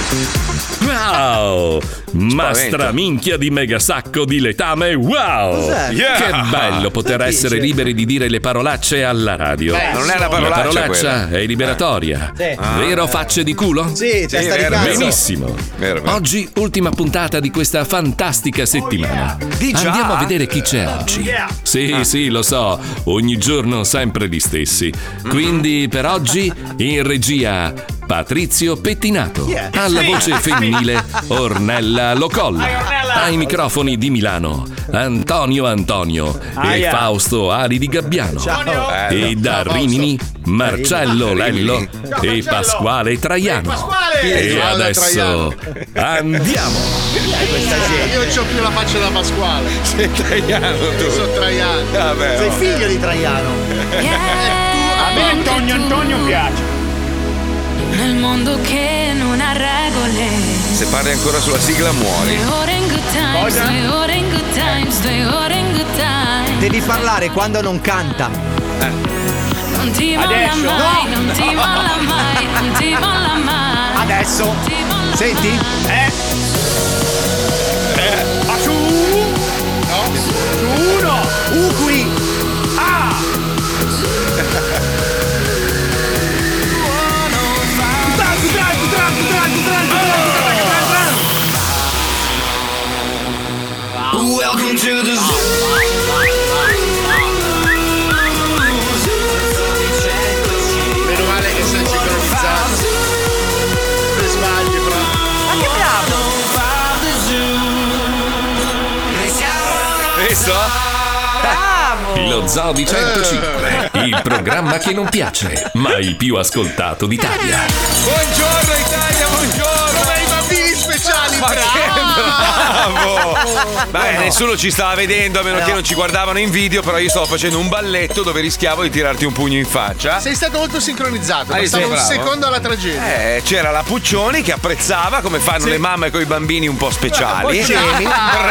Wow! Ma straminchia di megasacco di letame, wow! Yeah. Che bello poter essere liberi di dire le parolacce alla radio. Non è una parolaccia. La parolaccia quella. è liberatoria. Sì. Vero facce di culo? Sì, testa di vero. cazzo. Benissimo. Vero. Oggi ultima puntata di questa fantastica settimana. Di già? Andiamo a vedere chi c'è oggi. Sì, lo so, ogni giorno sempre gli stessi. Quindi per oggi in regia Patrizio Pettinato, alla voce femminile Ornella Locolla, ai microfoni di Milano Antonio e Fausto Ali di Gabbiano, e da Rimini Marcello Lello e Pasquale Traiano. E adesso andiamo. Io c'ho più la faccia da Pasquale. Sei Traiano tu. Io sono Traiano. Vabbè, Sei figlio di Traiano. A me Antonio piace. Nel mondo che non ha regole. Se parli ancora sulla sigla muori. 2 ore in good times, Cosa? 2 ore in good times, 2 ore in good times. Devi parlare quando non canta. Non ti molla Adesso? mai, non ti molla mai, non ti molla mai. Adesso. Non ti molla Senti? Ma su! No? Su uno! Qui. Welcome to the zoo. Meno male che sei sincronizzato. Se sbagli, però. Ma che bravo. Visto? Lo Zoo di 105, il programma che non piace, ma il più ascoltato d'Italia. Buongiorno Italia, buongiorno. Come i bambini speciali, Ma bravo! che bravo! Beh, nessuno ci stava vedendo, a meno che non ci guardavano in video, però io stavo facendo un balletto dove rischiavo di tirarti un pugno in faccia. Sei stato molto sincronizzato, Ah, bastava sei un bravo. secondo alla tragedia. C'era la Puccioni che apprezzava come fanno le mamme con i bambini un po' speciali. I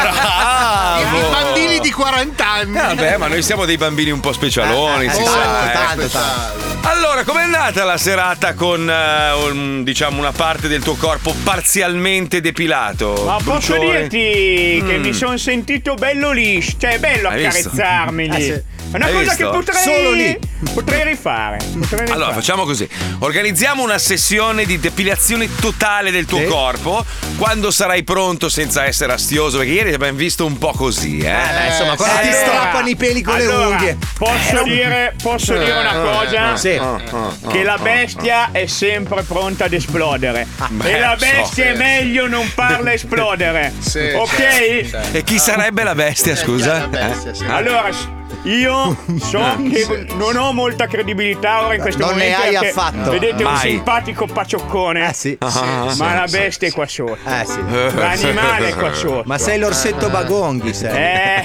Bravo! bambini di 40 anni. Vabbè, ma noi siamo dei bambini un po' specialoni, si sa. Tanto. Allora, com'è andata la serata con diciamo una parte del tuo corpo parzialmente depilato? Ma posso Brucione? dirti che mi sono sentito bello liscio, cioè è bello Hai visto? accarezzarmi lì. sì. È una Hai cosa visto? che potrei Solo lì. Potrei rifare. Allora, facciamo così. Organizziamo una sessione di depilazione totale del tuo corpo quando sarai pronto senza essere astioso, perché ieri abbiamo visto un po' così, Insomma, quando ti Allora, strappano i peli con le unghie. Posso dire una cosa? Sì. Che la bestia è sempre pronta ad esplodere. Beh, E la so. bestia è meglio non farla esplodere. Sì, ok? certo. E chi sarebbe la bestia, scusa? La bestia, sì. Allora, io so che non ho molta credibilità ora in questo Non ne momento. hai perché affatto. Vedete un Mai. simpatico paccioccone. Sì. Ma la bestia è qua sotto. Sì. L'animale è qua sotto. Ma sei l'orsetto Bagonghi, sei.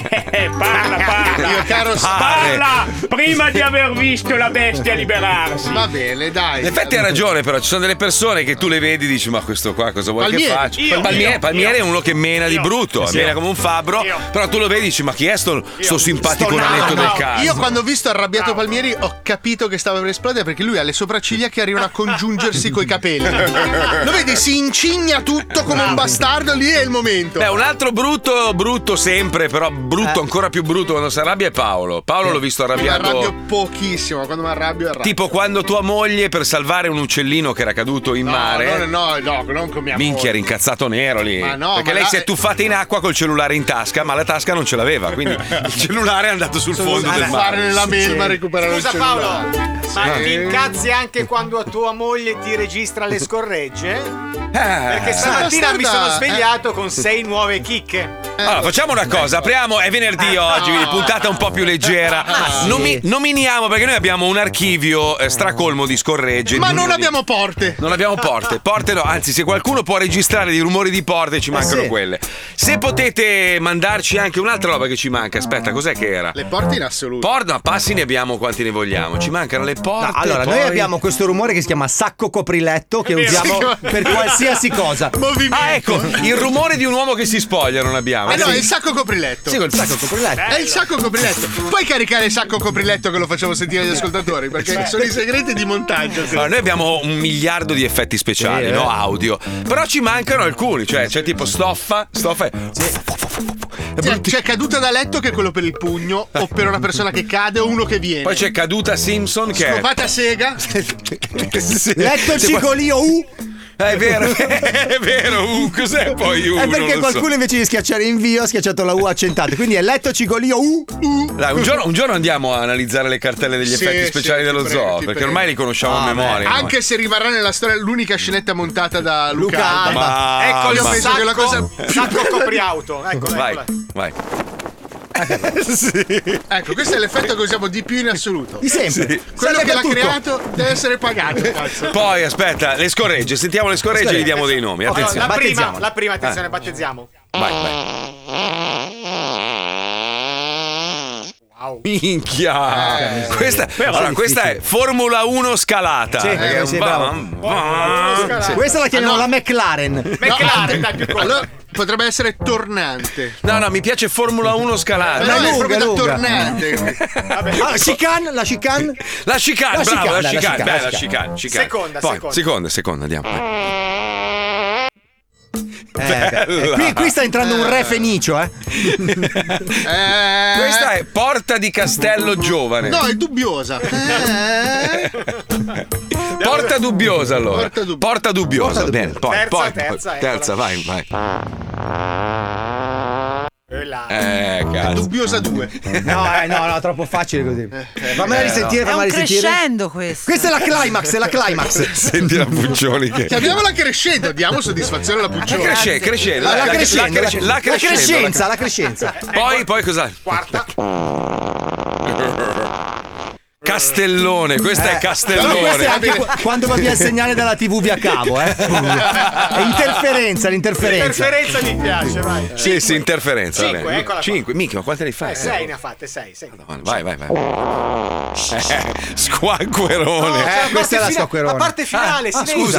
Parla. Mio caro Parla prima di aver visto la bestia liberarsi. Va bene, dai. In effetti hai ragione, però ci sono delle persone che tu le vedi e dici: ma questo qua cosa vuoi Palmieri. che faccia? Io. Palmieri è uno che mena di brutto, mena come un fabbro, però tu lo vedi e dici: ma chi è sto simpatico nanetto del cazzo? Io quando ho visto Arrabbiato Palmieri ho capito che stava per esplodere perché lui ha le sopracciglia che arrivano a congiungersi coi capelli. Lo vedi, si incigna tutto come un bastardo, lì è il momento. Un altro brutto sempre, però brutto, ancora più brutto quando si arrabbia è Paolo. Paolo l'ho visto Mi arrabbio arrabbiato. pochissimo, quando mi arrabbio. Tipo quando tua moglie per salvare un uccellino che era caduto in mare. No, non con mia Minchia, era moglie. incazzato nero lì. Ma no, perché ma lei là- si è tuffata in acqua col cellulare in tasca, ma la tasca non ce l'aveva. Quindi il cellulare è andato sul fondo del mare. Fare nella melma a recuperare Scusa il Paolo, cellulare. ma ti incazzi anche quando tua moglie ti registra le scorregge? Perché stamattina mi sono svegliato con 6 nuove chicche. Allora, facciamo una cosa, apriamo, è venerdì oggi, quindi puntata un po' più leggera. Nominiamo perché noi abbiamo un archivio stracolmo di scorregge. Ma di non numeri. abbiamo porte. Non abbiamo porte no, anzi se qualcuno può registrare dei rumori di porte ci mancano sì. quelle. Se potete mandarci anche un'altra roba che ci manca, aspetta, cos'è che era? Le porte porte in assoluto. Passi ne abbiamo quanti ne vogliamo. Ci mancano le porte. No, allora, noi abbiamo questo rumore che si chiama sacco copriletto che usiamo per qualsiasi cosa. Movimento. Ah, ecco, il rumore di un uomo che si spoglia non abbiamo. Ah no, è il sacco copriletto. Sì, col sacco copriletto. È il sacco copriletto. Puoi caricare il sacco copriletto che lo facciamo sentire agli ascoltatori, perché sono i segreti di montaggio. Allora, noi abbiamo 1 miliardo di effetti speciali, no? Audio. Però ci mancano alcuni, cioè c'è tipo stoffa C'è caduta da letto che è quello per il pugno, o per una persona che cade o uno che viene. Poi c'è caduta Simpson che Scopata sega. Sì. Letto cicolio È vero, cos'è poi U? È perché qualcuno invece di schiacciare invio ha schiacciato la U accentata. Quindi è letto cicolio Dai, un giorno andiamo a analizzare le cartelle degli effetti speciali dello zoo, perché ormai li conosciamo a memoria. Anche se rimarrà nella storia l'unica scenetta montata da Luca Alba. Ecco, io penso che la cosa Sacco copriauto. Ecco, vai. Sì. Ecco, questo è l'effetto che usiamo di più in assoluto. Di sempre. Sì. Quello che l'ha creato deve essere pagato. Cazzo. Poi aspetta, le scorregge, sentiamo le scorregge e gli diamo dei nomi. Attenzione. La prima, attenzione, battezziamo. Vai. Wow. Minchia. Questa è Formula 1 scalata. Sì, È un sì, Sì. Questa la chiamiamo la McLaren. McLaren, dai, più Allora potrebbe essere tornante. No, mi piace Formula 1 scalata. No, è lunga, proprio da lunga. tornante. Chicane, la chicane. La chicane, bravo, la chicane. Beh, la chicane. chicane. Seconda, andiamo. Qui sta entrando un re fenicio, Questa è Porta di Castello Giovane. No, è dubbiosa. Porta dubbiosa allora. Porta dubbiosa. Bene, poi terza, vai. Cazzo. Dubbiosa 2. No, troppo facile così. Fammela risentire, È un crescendo questo. Questa è la climax, Senti la Puccioni che Chiamiamola crescendo, diamo soddisfazione alla Puccioni. Crescendo. La crescenza. Poi cos'è? Quarta. Castellone, questa è Castellone. Questo è anche quando va via il segnale dalla TV via cavo, È l'interferenza. L'interferenza mi piace, vai. Sì, interferenza. 5, eccola qua. 5, minchia, ma quante ne fai? 6 ne ha fatte, 6. Vai. Squacquerone. Questa è la squacquerone. La parte finale, Scusa.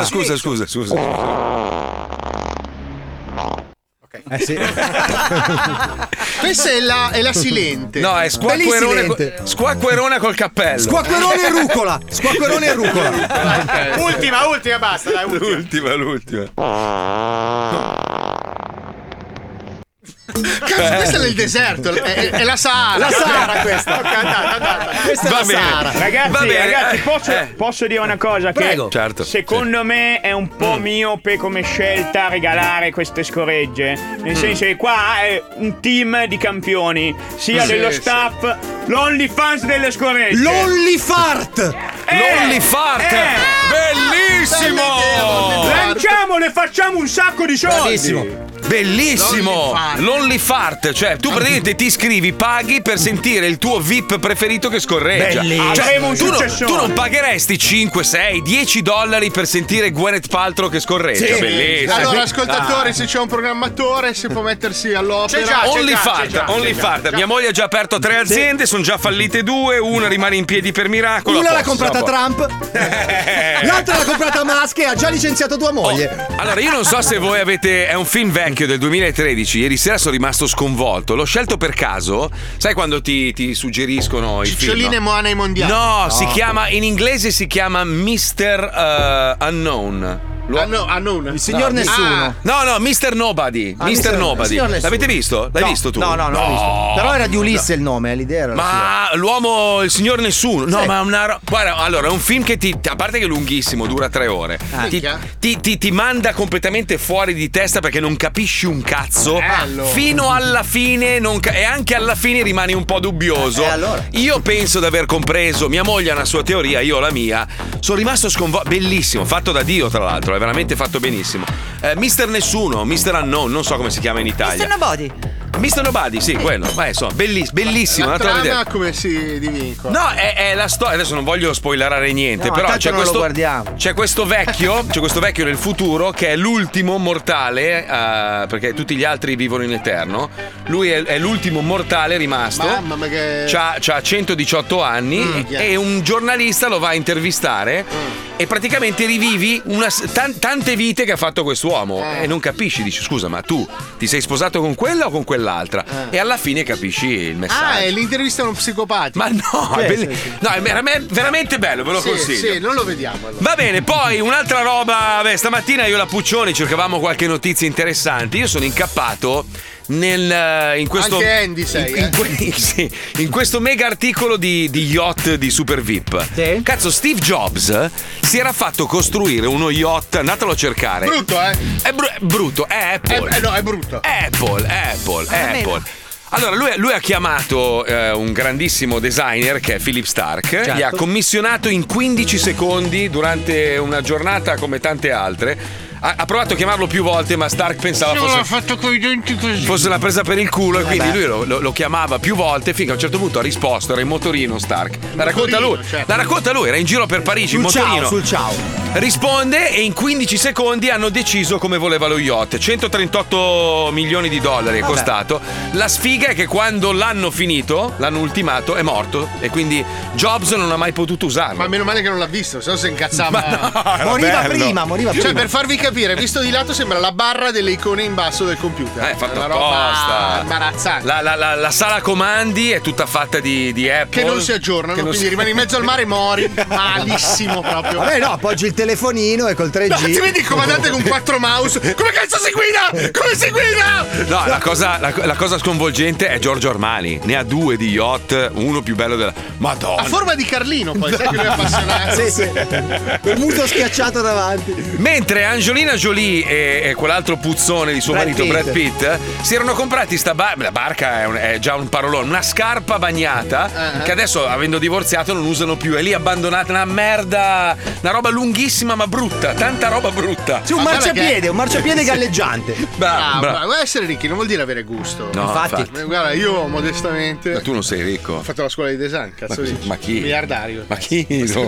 Sì. Questa è la silente. No, è squacquerone col cappello. Squacquerone e rucola. Ultima, basta, dai, L'ultima. Cazzo, questa è nel deserto, è la Sahara. La Sahara questa. Questa è Va la bene. Sahara. Ragazzi, posso dire una cosa? Prego. Che Certo. secondo me è un po' miope come scelta regalare queste scoregge. Nel senso che qua è un team di campioni, sia dello staff, l'OnlyFans delle scoregge. L'OnlyFart. Bellissimo! Lanciamole, facciamo un sacco di soldi. Bellissimo! L'OnlyFart, cioè tu praticamente ti iscrivi, paghi per sentire il tuo VIP preferito che scorreggia. Bellissimo. Avremo un successore. Tu non pagheresti 5, 6, 10 dollari per sentire Gwyneth Paltrow che scorreggia. Sì. Bellissimo. Allora, ascoltatori, se c'è un programmatore, si può mettersi all'opera. C'è già. OnlyFart. Mia moglie ha già aperto 3 aziende, sono già fallite 2, una rimane in piedi per miracolo. Una l'ha Posso, comprata Trump, l'altra l'ha comprata Musk e ha già licenziato tua moglie. Allora, io non so se voi avete. È un film vecchio del 2013. Ieri sera sono rimasto sconvolto. L'ho scelto per caso. Sai quando ti suggeriscono il film? Ciccioline e Moana ai mondiali. No, si chiama. In inglese si chiama Mr. Unknown. Il signor nessuno. No, Mr. Nobody. Mr. Nobody. L'avete visto? L'hai visto tu? No, non l'ho visto. Però era di Ulisse il nome, l'idea era Ma l'uomo, il signor nessuno. No, ma è una. Guarda, allora, è un film che a parte che è lunghissimo, dura 3 ore. Ti manda completamente fuori di testa perché non capisci un cazzo. Fino alla fine e anche alla fine rimani un po' dubbioso. Allora. Io penso di aver compreso. Mia moglie ha una sua teoria, io ho la mia. Sono rimasto sconvolto. Bellissimo, fatto da Dio, tra l'altro. È veramente fatto benissimo. Mr. Nessuno, Mr. Unknown, non so come si chiama in Italia. Mr. Nobody. Mr. Nobody, sì, quello. Ma insomma, bellissimo. La trama come si divincola? No, è la storia. Adesso non voglio spoilerare niente, No, però tanto non lo guardiamo. c'è questo vecchio nel futuro che è l'ultimo mortale, perché tutti gli altri vivono in eterno. Lui è l'ultimo mortale rimasto. Mamma che... C'ha 118 anni e un giornalista lo va a intervistare e praticamente rivivi tante vite che ha fatto quest'uomo e non capisci, dici scusa ma tu ti sei sposato con quella o con quell'altra? E alla fine capisci il messaggio. È l'intervista a uno psicopatico. Ma no, no, è veramente bello, ve lo consiglio. Sì, non lo vediamo allora. Va bene, poi un'altra roba, stamattina io e la Puccioni cercavamo qualche notizia interessante. Io sono incappato in questo anche Andy sei in questo mega articolo di yacht di Super VIP. Sì. Cazzo, Steve Jobs si era fatto costruire uno yacht, andatelo a cercare. Brutto, È brutto, è Apple. No, è brutto. Apple. Allora, lui ha chiamato un grandissimo designer che è Philip Stark, certo. Gli ha commissionato in 15 secondi durante una giornata come tante altre. Ha provato a chiamarlo più volte, ma Stark pensava fosse una presa per il culo, e quindi lui lo chiamava più volte finché a un certo punto ha risposto. Era in motorino Stark. La racconta lui, era in giro per Parigi in motorino. Sul ciao. Risponde e in 15 secondi hanno deciso come voleva lo yacht. 138 milioni di dollari è costato. La sfiga è che quando l'hanno finito, l'hanno ultimato, è morto e quindi Jobs non ha mai potuto usarlo. Ma meno male che non l'ha visto, se no si incazzava. Moriva prima. Cioè, per farvi capire, visto di lato sembra la barra delle icone in basso del computer. È fatto una roba apposta. imbarazzante. La sala comandi è tutta fatta di Apple. Che non si aggiornano, quindi rimani in mezzo al mare e mori malissimo proprio. Vabbè, no, appoggi il telefonino e col 3G. No, ti vedi il comandante con 4 mouse. Come cazzo si guida? Come si guida? No, la cosa sconvolgente è Giorgio Armani. Ne ha 2 di yacht, uno più bello della Madonna. A forma di Carlino, poi sai che lui è appassionato. Sì. Col muso schiacciato davanti. Mentre Angelina Jolie e quell'altro puzzone di suo marito Brad Pitt si erano comprati la barca è già un parolone, una scarpa bagnata che adesso, avendo divorziato, non usano più. È lì abbandonata, una merda, una roba lunghissima ma brutta, tanta roba brutta. Sì, un marciapiede galleggiante. Bravo. Guarda, essere ricchi non vuol dire avere gusto. No, infatti. Guarda, io modestamente. Ma tu non sei ricco. Ho fatto la scuola di design, cazzo dici? Ma chi? Miliardario. Ma chi?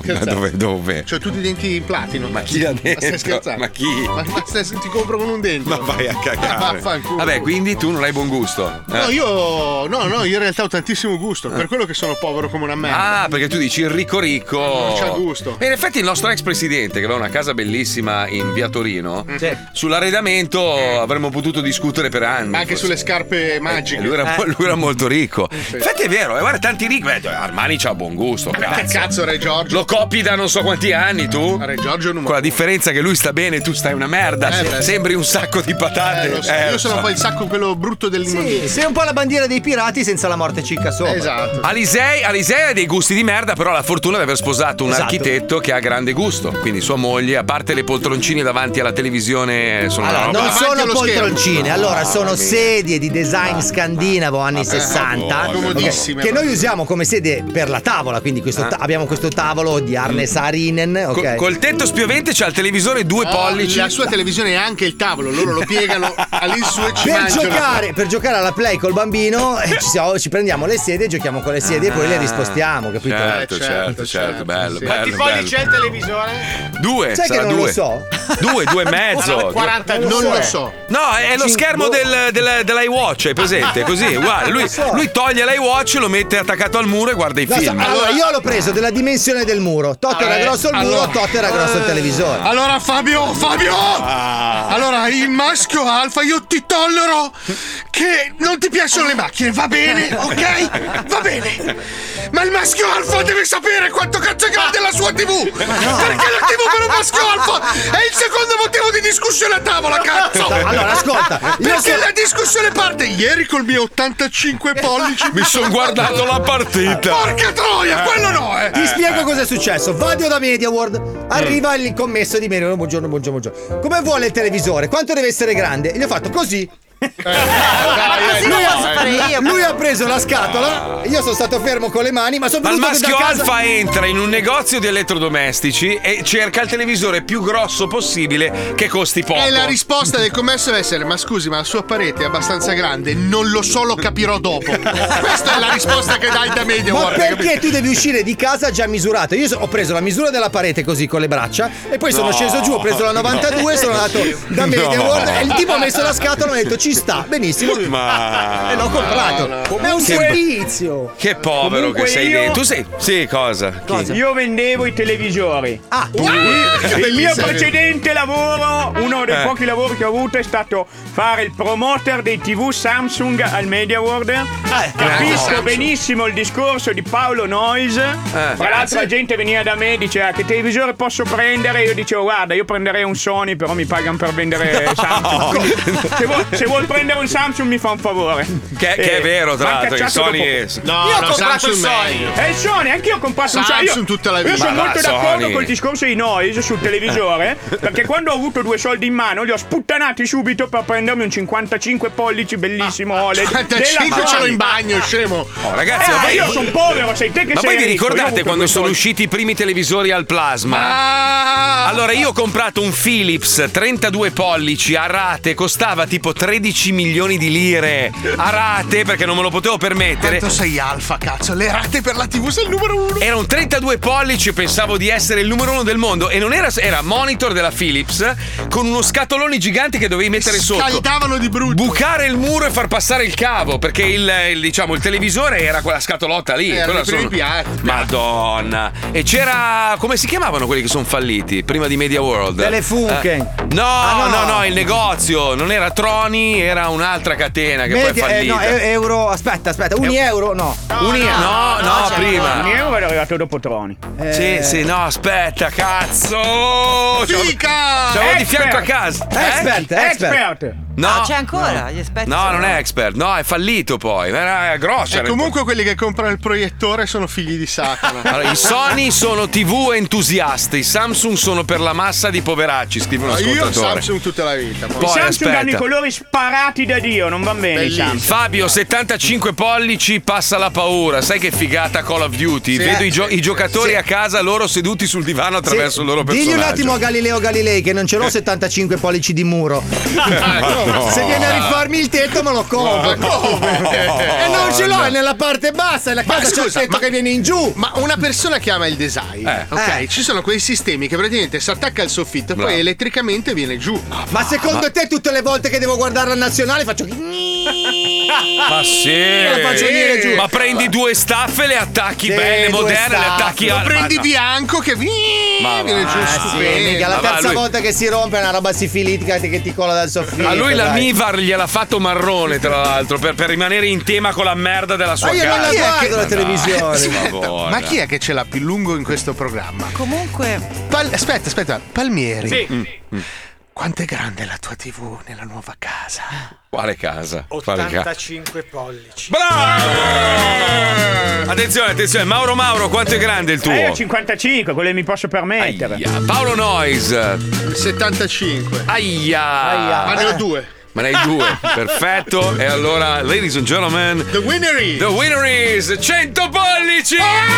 Dove? C'ho tutti i denti in platino. Ma chi ha detto? Ma stai scherzando? Ma chi? Ma ti compro con un dente. Ma vai a cagare. Vabbè, quindi tu non hai buon gusto. No, io in realtà ho tantissimo gusto, per quello che sono povero come una merda. Ah, perché tu dici il ricco non c'ha gusto. E in effetti il nostro ex presidente, che aveva una casa bellissima in via Torino, sull'arredamento avremmo potuto discutere per anni. Ma anche sulle scarpe magiche. Lui era molto ricco. Infatti è vero, guarda, tanti ricchi. Armani c'ha buon gusto. Che cazzo, Re Giorgio? Lo copi da non so quanti anni tu? Re Giorgio non. Con la differenza che lui sta bene e tu stai una merda. Sembri un sacco di patate. Lo so. Io sono un po' il sacco quello brutto dell'immondizia. Sì, sei un po' la bandiera dei pirati senza la morte cicca sopra. Esatto. Alisei ha dei gusti di merda, però ha la fortuna di aver sposato un architetto che ha grande gusto. Quindi sua moglie, a parte le poltroncine davanti alla televisione, sono una roba. Non sono poltroncine, sono sedie di design scandinavo anni 60 comodissime, che noi usiamo come sedie per la tavola, quindi abbiamo questo tavolo di Arne Saarinen, Col tetto spiovente c'ha il televisore 2 pollici. La sua televisione è anche il tavolo, loro lo piegano all'insù e ci mangiano. Per giocare alla play col bambino ci prendiamo le sedie, giochiamo con le sedie e poi le rispostiamo, capito? Certo, bello. Quanti pollici c'è il televisore? 2. Sai che non lo so? 2 e mezzo. 42. Non lo so. No, è lo schermo dell'iWatch, hai presente? Così, uguale. Lui toglie l'iWatch, lo mette attaccato al muro e guarda i film. Allora, io l'ho preso della dimensione del muro. Tot era grosso il muro, tot era grosso il televisore. Allora, Fabio! Allora, il maschio alfa, io ti tollero che non ti piacciono le macchine, va bene, ok? Va bene. Ma il maschio alfa deve sapere quanto cazzo è grande la sua TV! Perché la TV per un maschio alfa è il secondo motivo di discussione a tavola, cazzo! Allora, ascolta, perché la discussione parte ieri col mio 85 pollici. Mi sono guardato la partita. Porca troia, quello no, Ti spiego cosa è successo. Vado da MediaWorld, arriva il commesso di Meno. Buongiorno. Come vuole il televisore? Quanto deve essere grande? E gli ho fatto così. Lui ha preso la scatola, io sono stato fermo con le mani, ma sono Ma il venuto da maschio casa. alfa entra in un negozio di elettrodomestici e cerca il televisore più grosso possibile che costi poco. E la risposta del commesso deve essere: ma scusi, ma la sua parete è abbastanza grande? Non lo so, lo capirò dopo. Questa è la risposta che dai da Media Ma World, perché capito? tu devi uscire di casa già misurato? Io ho preso la misura della parete così con le braccia e poi sono sceso giù, ho preso la 92, sono andato da Media World e il tipo ha messo la scatola e mi ha detto ci sta, benissimo. Ma E l'ho comprato. È un servizio. che povero Comunque che sei io- dentro. Tu sei. Sì, cosa? Chi? Io vendevo i televisori. Il mio precedente lavoro, uno dei pochi lavori che ho avuto, è stato fare il promoter dei TV Samsung al Media World. Capisco benissimo il discorso di Paolo Noyes. Tra l'altro la gente veniva da me e diceva: che televisore posso prendere? Io dicevo: guarda, io prenderei un Sony, però mi pagano per vendere Samsung. Quindi, se vuol prendere un Samsung mi fa un favore. Che è vero, tra l'altro, che Sony è. No, Io ho no, comprato il Samsung Sony. meglio. E il Sony, anch'io ho comprato un Sony. Samsung tutta la vita. Io sono Ma molto va, d'accordo Sony. col discorso di Noise sul televisore, perché quando ho avuto 2 soldi in mano li ho sputtanati subito per prendermi un 55 pollici bellissimo OLED. 55 ce l'ho in bagno, scemo. Oh, ragazzi, Ma ma io sono povero, sei te che Ma sei voi vi ricco, io ho ricordate avuto quando 2 sono soldi. usciti i primi televisori al plasma? Allora io ho comprato un Philips 32 pollici a rate, costava tipo 13 milioni di lire a rate perché non me lo potevo permettere. Quanto sei alfa, cazzo? Le rate per la TV sei il numero 1. Era un 32 pollici, pensavo di essere il numero 1 del mondo e non era monitor della Philips con uno scatolone gigante che dovevi mettere sotto. Scaldavano di brutto. Bucare il muro e far passare il cavo perché il televisore era quella scatolotta lì. Erano Quella i primi piatti. Madonna. E c'era, come si chiamavano quelli che sono falliti prima di Media World? Delle Funken. No, il negozio non era Troni, era un'altra catena che poi è fallita. no, euro. Aspetta, Euro? No. No, prima. Il mio era arrivato dopo Troni. Sì, no, aspetta, cazzo. Fica! C'avevo di fianco a casa. Expert. No, c'è ancora gli aspetti. No, non è Expert, no, è fallito poi. Era grosso. E era comunque quelli che comprano il proiettore sono figli di Satana. Allora, i Sony sono TV entusiasti, i Samsung sono per la massa di poveracci, scrive un Io ascoltatore. Samsung tutta la vita. Poi, I Samsung aspetta. hanno i colori sparati da Dio, non va bene i Samsung. Fabio, 75 pollici, passa la paura. Sai che figata Call of Duty? Sì, Vedo sì, i giocatori a casa, loro seduti sul divano attraverso il loro personaggio. Digli un attimo a Galileo Galilei che non ce l'ho 75 pollici di muro. Se viene a rifarmi il tetto me lo compro. E non ce l'ho, è nella parte bassa, e la casa c'è il tetto che viene in giù. Ma una persona che ama il design, ok? Ci sono quei sistemi che praticamente si attacca al soffitto e Bravo. poi elettricamente viene giù. Ma secondo te tutte le volte che devo guardare la nazionale faccio Ma sì. lo faccio venire giù. Ma prendi 2 staffe, le attacchi Sì, belle, 2 moderne, le staffe. attacchi Lo prendi ma- bianco che viene giù stupendo. Mica, la Ma va, terza lui- volta che si rompe è una roba sifilitica che ti cola dal soffitto. A lui la dai. Mivar gliel'ha fatto marrone, tra l'altro, per rimanere in tema con la merda della sua Ma io non casa. la guardo la Ma televisione. dai, Madonna. Ma chi è che ce l'ha più lungo in questo programma? Comunque, Aspetta, Palmieri. Sì. Quanto è grande la tua TV nella nuova casa? Quale casa? Quale casa? 85 pollici. Bravo! Attenzione, Mauro, quanto è grande il tuo? Io ho 55, quello che mi posso permettere. Aia. Paolo Noyes. 75. Aia. Ma ne ho 2. Ma ne hai 2, perfetto. E allora, ladies and gentlemen, The winner is 100 pollici!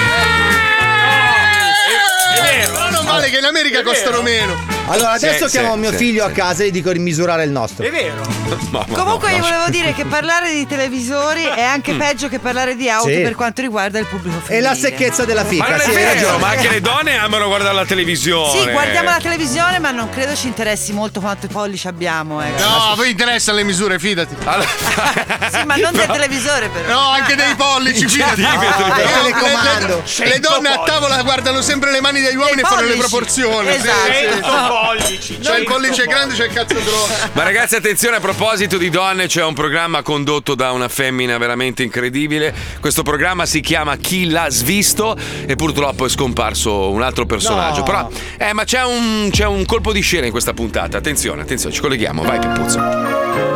È vero. Ma non vale che in America costano meno. Allora adesso Sì, chiamo sì, mio sì, figlio sì. a casa e gli dico di misurare il nostro. È vero. comunque io volevo dire che parlare di televisori è anche peggio che parlare di auto Sì. per quanto riguarda il pubblico E femminile. la secchezza della Ma fica, non è sì, hai vero, ragione. ma anche le donne amano guardare la televisione. Sì, guardiamo la televisione, ma non credo ci interessi molto quanto pollici abbiamo. No, a voi interessano le misure, fidati. Sì, ma non del televisore, però. No, anche dei pollici, fidati. del telecomando. Le donne a tavola guardano sempre le mani degli uomini e fanno le pollici. proporzioni. Esatto. 100 pollici. C'è il pollice grande, c'è il cazzo grosso. Ma ragazzi, attenzione, a proposito di donne, c'è un programma condotto da una femmina veramente incredibile. Questo programma si chiama Chi l'ha svisto e purtroppo è scomparso un altro personaggio. No. Però, ma c'è un colpo di scena in questa puntata. Attenzione, ci colleghiamo. Vai, Pippuzzo.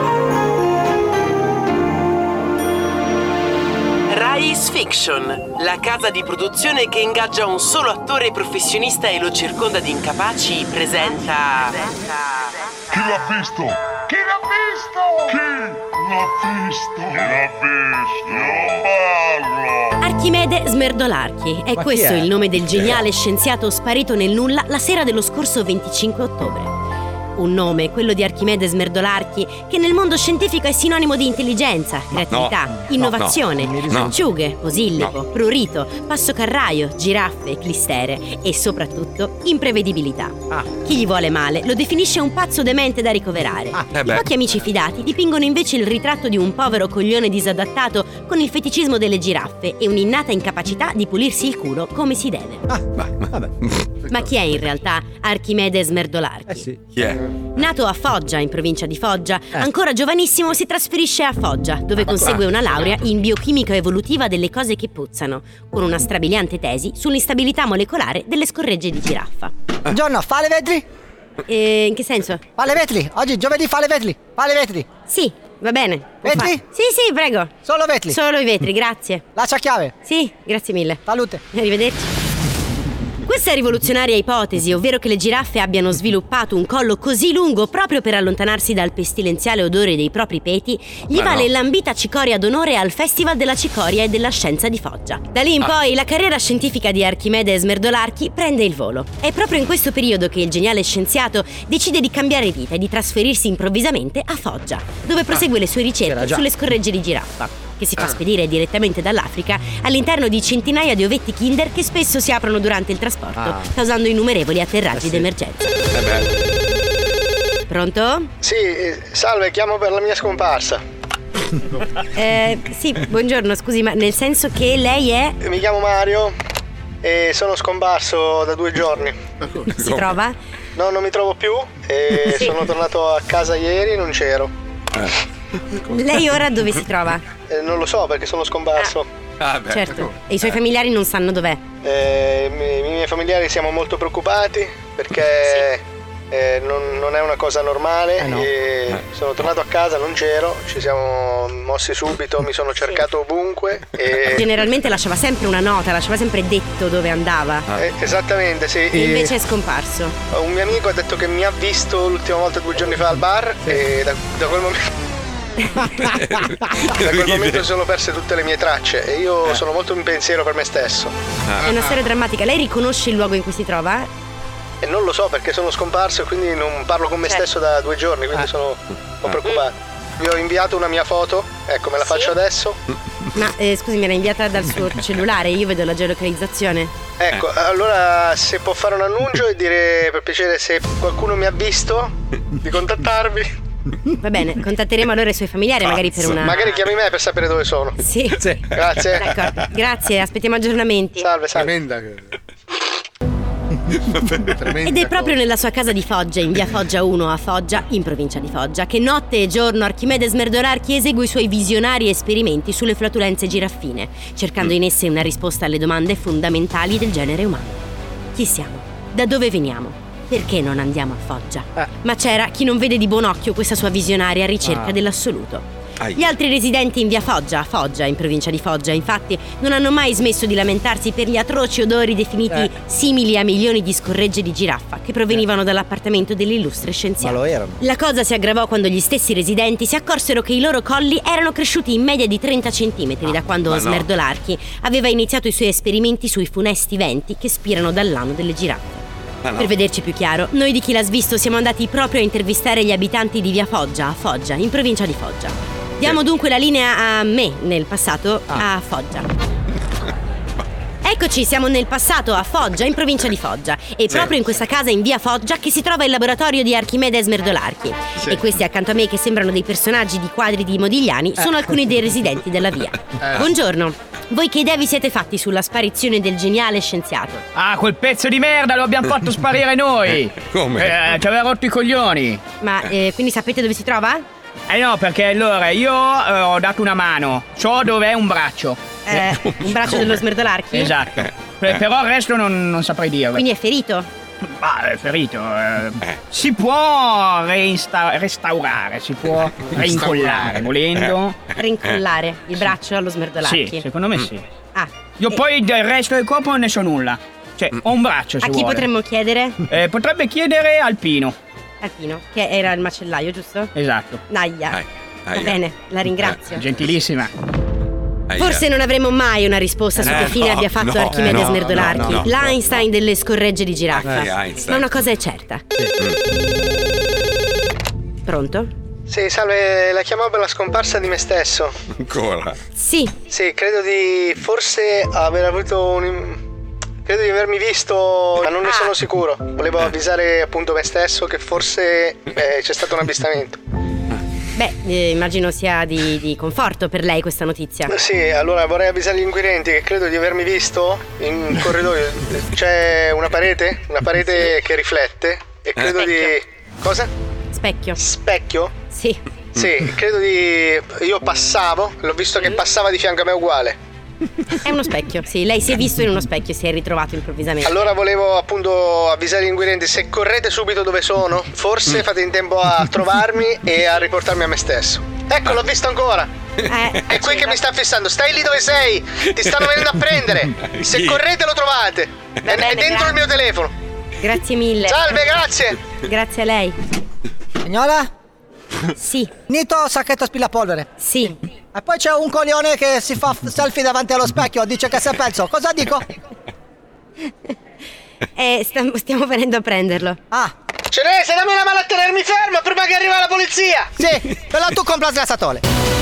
Rais Fiction, la casa di produzione che ingaggia un solo attore professionista e lo circonda di incapaci, presenta... Chi l'ha visto? Chi l'ha visto? Chi l'ha visto? Non parlo. Archimede Smerdolarchi. È questo il nome del geniale scienziato sparito nel nulla la sera dello scorso 25 ottobre. Un nome, quello di Archimede Smerdolarchi, che nel mondo scientifico è sinonimo di intelligenza, creatività, innovazione, acciughe, posillipo, prurito, passocarraio, giraffe, clistere e soprattutto imprevedibilità. Chi gli vuole male lo definisce un pazzo demente da ricoverare. I pochi amici fidati dipingono invece il ritratto di un povero coglione disadattato con il feticismo delle giraffe e un'innata incapacità di pulirsi il culo come si deve. Ma chi è in realtà Archimede Smerdolarchi? Chi è? Nato a Foggia, in provincia di Foggia, ancora giovanissimo si trasferisce a Foggia, dove consegue una laurea in biochimica evolutiva delle cose che puzzano, con una strabiliante tesi sull'instabilità molecolare delle scorregge di giraffa. Buongiorno, fa le vetri? In che senso? Fa le vetri, oggi giovedì fa le vetri. Fa le vetri. Sì, va bene. Vetri? Sì, prego. Solo vetri? Solo i vetri, grazie. Lascia chiave? Sì, grazie mille. Salute. Arrivederci. Questa rivoluzionaria ipotesi, ovvero che le giraffe abbiano sviluppato un collo così lungo proprio per allontanarsi dal pestilenziale odore dei propri peti, gli vale l'ambita cicoria d'onore al Festival della Cicoria e della Scienza di Foggia. Da lì in poi la carriera scientifica di Archimede Smerdolarchi prende il volo. È proprio in questo periodo che il geniale scienziato decide di cambiare vita e di trasferirsi improvvisamente a Foggia, dove prosegue le sue ricerche sulle scorregge di giraffa, che si fa spedire direttamente dall'Africa all'interno di centinaia di ovetti Kinder che spesso si aprono durante il trasporto, causando innumerevoli atterraggi d'emergenza. Pronto? Sì, salve, chiamo per la mia scomparsa. Sì, buongiorno, scusi, ma nel senso che lei è... Mi chiamo Mario e sono scomparso da 2 giorni. Si trova? No, non mi trovo più e sono tornato a casa ieri e non c'ero. Lei ora dove si trova? Non lo so perché sono scomparso. Certo, e i suoi familiari non sanno dov'è? I miei familiari siamo molto preoccupati perché non è una cosa normale. E sono tornato a casa, non c'ero, ci siamo mossi subito, mi sono cercato ovunque e... Generalmente lasciava sempre una nota, lasciava sempre detto dove andava. Esattamente, sì. E invece è scomparso. Un mio amico ha detto che mi ha visto l'ultima volta 2 giorni fa al bar e da quel momento... Da quel momento si sono perse tutte le mie tracce e io sono molto in pensiero per me stesso. È una storia drammatica. Lei riconosce il luogo in cui si trova? E non lo so perché sono scomparso e quindi non parlo con me stesso da 2 giorni, quindi sono un po' preoccupato. Vi ho inviato una mia foto, ecco, me la faccio adesso. Ma scusi, me l'ha inviata dal suo cellulare, io vedo la geolocalizzazione. Ecco, allora se può fare un annuncio e dire per piacere se qualcuno mi ha visto di contattarvi. Va bene, contatteremo allora i suoi familiari, magari per una... Magari chiami me per sapere dove sono. Sì. Grazie. D'accordo, grazie, aspettiamo aggiornamenti. Salve. Ed è proprio nella sua casa di Foggia, in via Foggia 1 a Foggia, in provincia di Foggia, che notte e giorno Archimede Smerdolarchi esegue i suoi visionari esperimenti sulle flatulenze giraffine, cercando in esse una risposta alle domande fondamentali del genere umano. Chi siamo? Da dove veniamo? Perché non andiamo a Foggia? Ma c'era chi non vede di buon occhio questa sua visionaria ricerca dell'assoluto. Gli altri residenti in via Foggia, a Foggia, in provincia di Foggia, infatti, non hanno mai smesso di lamentarsi per gli atroci odori definiti simili a milioni di scorregge di giraffa che provenivano dall'appartamento dell'illustre scienziato. Ma lo erano. La cosa si aggravò quando gli stessi residenti si accorsero che i loro colli erano cresciuti in media di 30 centimetri da quando Smerdolarchi aveva iniziato i suoi esperimenti sui funesti venti che spirano dall'ano delle giraffe. Per vederci più chiaro, noi di Chi l'ha svisto siamo andati proprio a intervistare gli abitanti di via Foggia, a Foggia, in provincia di Foggia. Diamo dunque la linea a me, nel passato, a Foggia. Eccoci, siamo nel passato a Foggia, in provincia di Foggia. E proprio in questa casa in via Foggia che si trova il laboratorio di Archimede Smerdolarchi. E questi accanto a me, che sembrano dei personaggi di quadri di Modigliani, sono alcuni dei residenti della via. Buongiorno. Voi che idee vi siete fatti sulla sparizione del geniale scienziato? Quel pezzo di merda lo abbiamo fatto sparire noi. Come? Ci aveva rotto i coglioni. Ma quindi sapete dove si trova? No, perché allora io ho dato una mano. So dov'è un braccio. Un braccio dello Smerdolarchi? Esatto. Però il resto non saprei dire. Quindi è ferito? È ferito. Si può restaurare, si può rincollare, volendo. Rincollare il braccio allo Smerdolarchi? Sì, secondo me sì. Io poi del resto del corpo non ne so nulla. Cioè, ho un braccio, se a chi vuole. potremmo chiedere? Potrebbe chiedere Alpino. Alpino, che era il macellaio, giusto? Esatto. Naia. Va bene, la ringrazio. Gentilissima. Forse non avremo mai una risposta su che fine abbia fatto Archimede Smerdolarchi, l'Einstein delle scorregge di giraffa. Ma una cosa è certa. Pronto? Sì, salve, la chiamavo per la scomparsa di me stesso. Ancora? Sì. Sì, credo di forse aver avuto credo di avermi visto, ma non ne sono sicuro. Volevo avvisare appunto me stesso che forse c'è stato un avvistamento. Beh, immagino sia di conforto per lei questa notizia. Sì, allora vorrei avvisare gli inquirenti che credo di avermi visto in corridoio. C'è una parete che riflette e credo di... Cosa? Specchio. Specchio? Sì. Sì, credo di... Io passavo, l'ho visto che passava di fianco a me uguale. È uno specchio, sì, lei si è visto in uno specchio e si è ritrovato improvvisamente. Allora volevo appunto avvisare gli inquirenti, se correte subito dove sono, forse fate in tempo a trovarmi e a riportarmi a me stesso. Ecco, l'ho visto ancora. È qui che mi sta fissando, stai lì dove sei, ti stanno venendo a prendere. Se correte lo trovate, è dentro il mio telefono. Grazie mille. Salve, grazie. Grazie a lei. Signora? Sì. Nito sacchetto spillapolvere. Sì. E poi c'è un coglione che si fa selfie davanti allo specchio, dice che sei pezzo. Cosa dico? Stiamo venendo a prenderlo. Cerese, dammi una mano a tenermi fermo prima che arriva la polizia. Sì, però tu compra sgrassatore.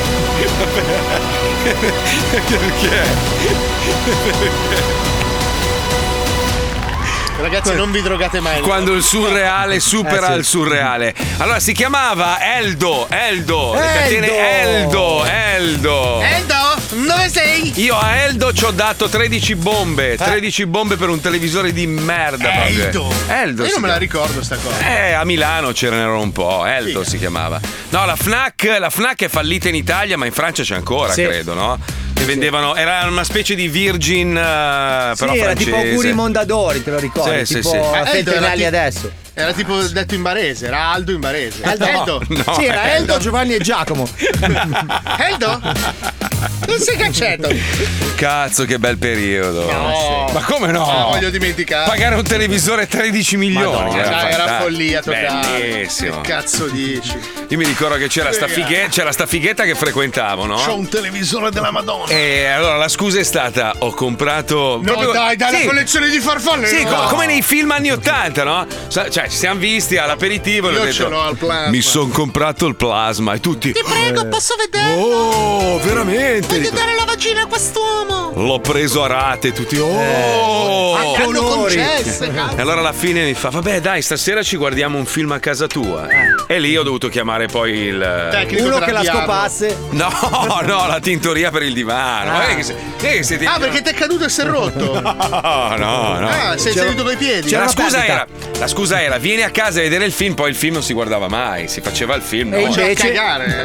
Ragazzi, non vi drogate mai. Quando il surreale supera il surreale. Allora si chiamava Eldo. Le catene Eldo. Eldo, dove sei? Io a Eldo ci ho dato 13 bombe. 13 bombe per un televisore di merda. Eldo. Io non me la ricordo sta cosa. A Milano c'erano un po'. Eldo si chiamava. No, la Fnac è fallita in Italia, ma in Francia c'è ancora, credo, no? Che vendevano, era una specie di Virgin, però era francese. tipo auguri Mondadori, te lo ricordi? Sì, tipo sì. Fentenelli adesso. Era tipo detto in barese, era Aldo in barese. Eldo? No. Sì, era Eldo, Giovanni e Giacomo. Eldo? Non sei cacciato. Cazzo, che bel periodo. No. Ma come no? Non voglio dimenticare. Pagare un televisore 13 milioni. Era follia totale. Bellissimo. Che cazzo dici? Io mi ricordo che c'era sta fighetta che frequentavo, no? C'ho un televisore della Madonna. E allora la scusa è stata: ho comprato. No, dai, la collezione di farfalle. Sì, no. come nei film anni 80, no? Cioè, ci siamo visti all'aperitivo e ho Io detto, ce l'ho al plasma. mi son comprato il plasma e tutti. Ti prego, posso vedere? Oh, veramente? Voglio dare la vagina a quest'uomo. L'ho preso a rate, tutti. Hanno concesse, E allora alla fine mi fa: vabbè, dai, stasera ci guardiamo un film a casa tua. E lì ho dovuto chiamare poi il tecnico uno che la scopasse. No, la tintoria per il divano. Perché ti è caduto e si è rotto. No. Sei seduto coi piedi. La scusa era: vieni a casa a vedere il film, poi il film non si guardava mai, si faceva il film. E invece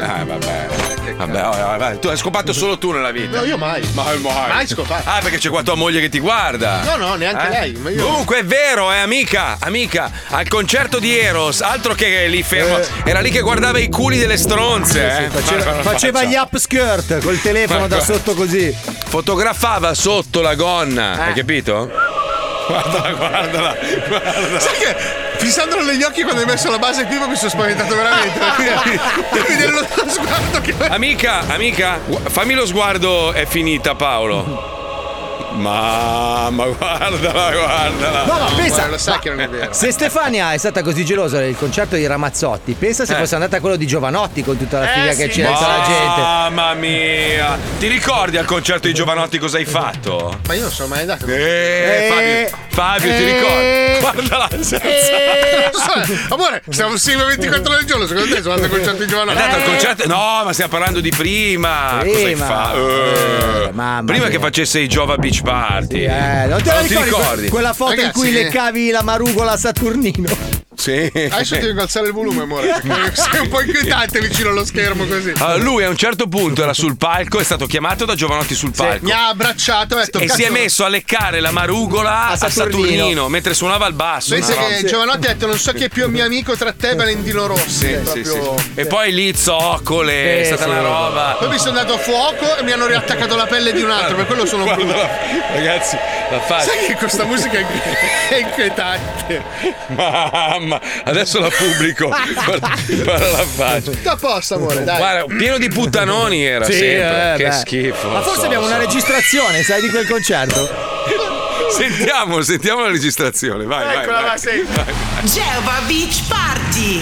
Vabbè, tu hai scopato solo tu nella vita. No, io mai. Mai scopato. Perché c'è qua tua moglie che ti guarda. No, neanche lei. Ma io... Comunque è vero, amica, al concerto di Eros, altro che lì fermo, era lì che guardava i culi delle stronze. Faceva gli upskirt col telefono da sotto così. Fotografava sotto la gonna, hai capito? Guardala. Sai che fissandolo negli occhi quando hai messo la base qui mi sono spaventato veramente. Vedi lo sguardo che... Amica, fammi lo sguardo, è finita, Paolo. Mamma, guardala. No, ma pensa, lo sai che non è vero. Se Stefania è stata così gelosa del concerto di Ramazzotti, pensa se fosse andata a quello di Giovanotti con tutta la figa che c'era la gente. Mamma mia! Ti ricordi al concerto di Giovanotti cosa hai fatto? Ma io non sono mai andato. Fabio, ti ricordi? Guardala, amore, stiamo insieme 24 ore al giorno. Secondo te sono andato al concerto di Giovanotti? È andato al concerto? No, ma stiamo parlando di prima. Cosa hai fatto? Prima che facesse i Giova Beach Party. Non ti ricordi? Quella foto in cui leccavi la marugola a Saturnino. Sì. Adesso ti devo alzare il volume, amore. Sei un po' inquietante vicino allo schermo così. Allora, lui a un certo punto era sul palco, è stato chiamato da Giovanotti sul palco. Mi ha abbracciato e ha detto, si è messo a leccare la marugola a Saturnino mentre suonava il basso. Pensa che Giovanotti ha detto: non so chi è più mio amico tra te e Valentino Rossi. Sì. E poi lì zoccole, è stata una roba. Poi mi sono dato a fuoco e mi hanno riattaccato la pelle di un altro, per quello sono brutto. Ragazzi, la faccia. Sai che questa musica è inquietante. Mamma adesso la pubblico. Guarda la faccia. Tutto a posto, amore, dai. Guarda, pieno di puttanoni era sempre. Che schifo. Ma forse abbiamo una registrazione, sai, di quel concerto? Sentiamo la registrazione, vai. Eccola, va sempre. Geova Beach Party.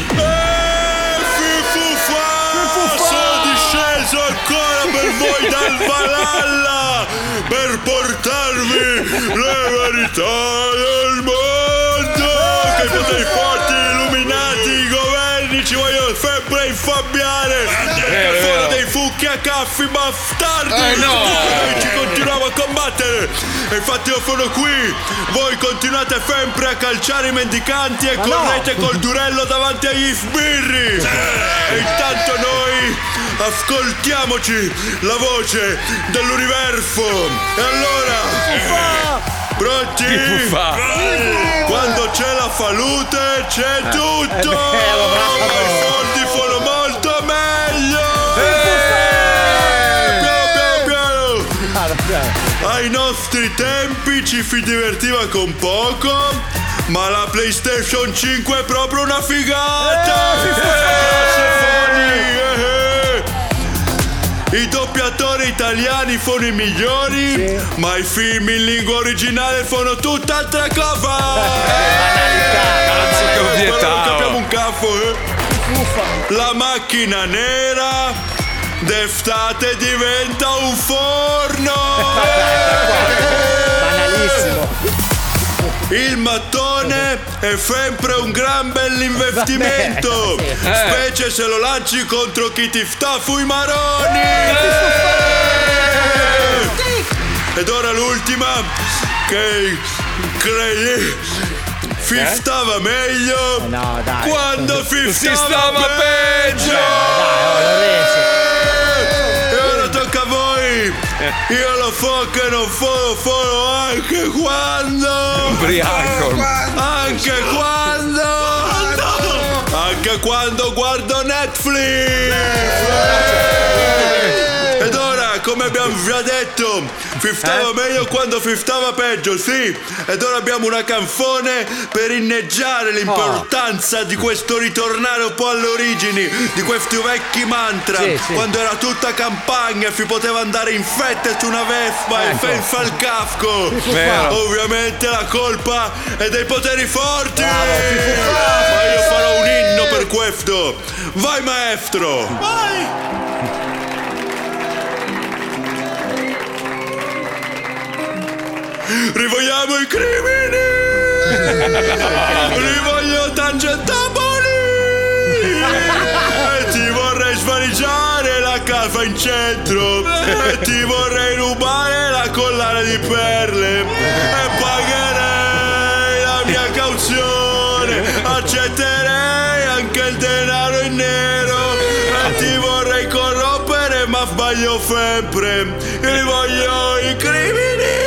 Sono disceso ancora per voi dal Valhalla per portarvi le verità del mondo. Che i poteri forti, illuminati, i governi ci vogliono sempre infammiare. Sono dei fucchi a caffi bastardi. Ci continuiamo a combattere. E infatti io sono qui. Voi continuate sempre a calciare i mendicanti e correte col durello davanti agli sbirri. E intanto noi ascoltiamoci la voce dell'universo. E allora, pronti? Quando c'è la salute c'è tutto. I soldi sono molto meglio. Piano. Ai nostri tempi ci si divertiva con poco, ma la PlayStation 5 è proprio una figata. I doppiatori italiani sono i migliori, ma i film in lingua originale sono tutt'altra cosa. Non capiamo un cazzo, La macchina nera d'estate diventa un forno. Banalissimo. Il mattone è sempre un gran bell'investimento, specie se lo lanci contro chi ti sta sui maroni. Ed ora l'ultima, che credi si stava meglio quando si stava peggio. E ora tocca a voi. Io lo so che non sono anche quando ubriaco. Anche quando guardo Netflix. Ed ora, come abbiamo già detto, si stava meglio quando si stava peggio, sì. Ed ora abbiamo una canzone per inneggiare l'importanza di questo ritornare un po' alle origini, di questi vecchi mantra, quando era tutta campagna, si poteva andare in fette su una Vespa e senza il casco. Ovviamente la colpa è dei poteri forti. Ma io farò un inno per questo. Vai maestro. Vai. Rivogliamo i crimini! Rivoglio Tangentopoli! E ti vorrei svaligiare la casa in centro! E ti vorrei rubare la collana di perle! E pagherei la mia cauzione! Accetterei anche il denaro in nero! E ti vorrei corrompere, ma sbaglio sempre! Rivoglio i crimini!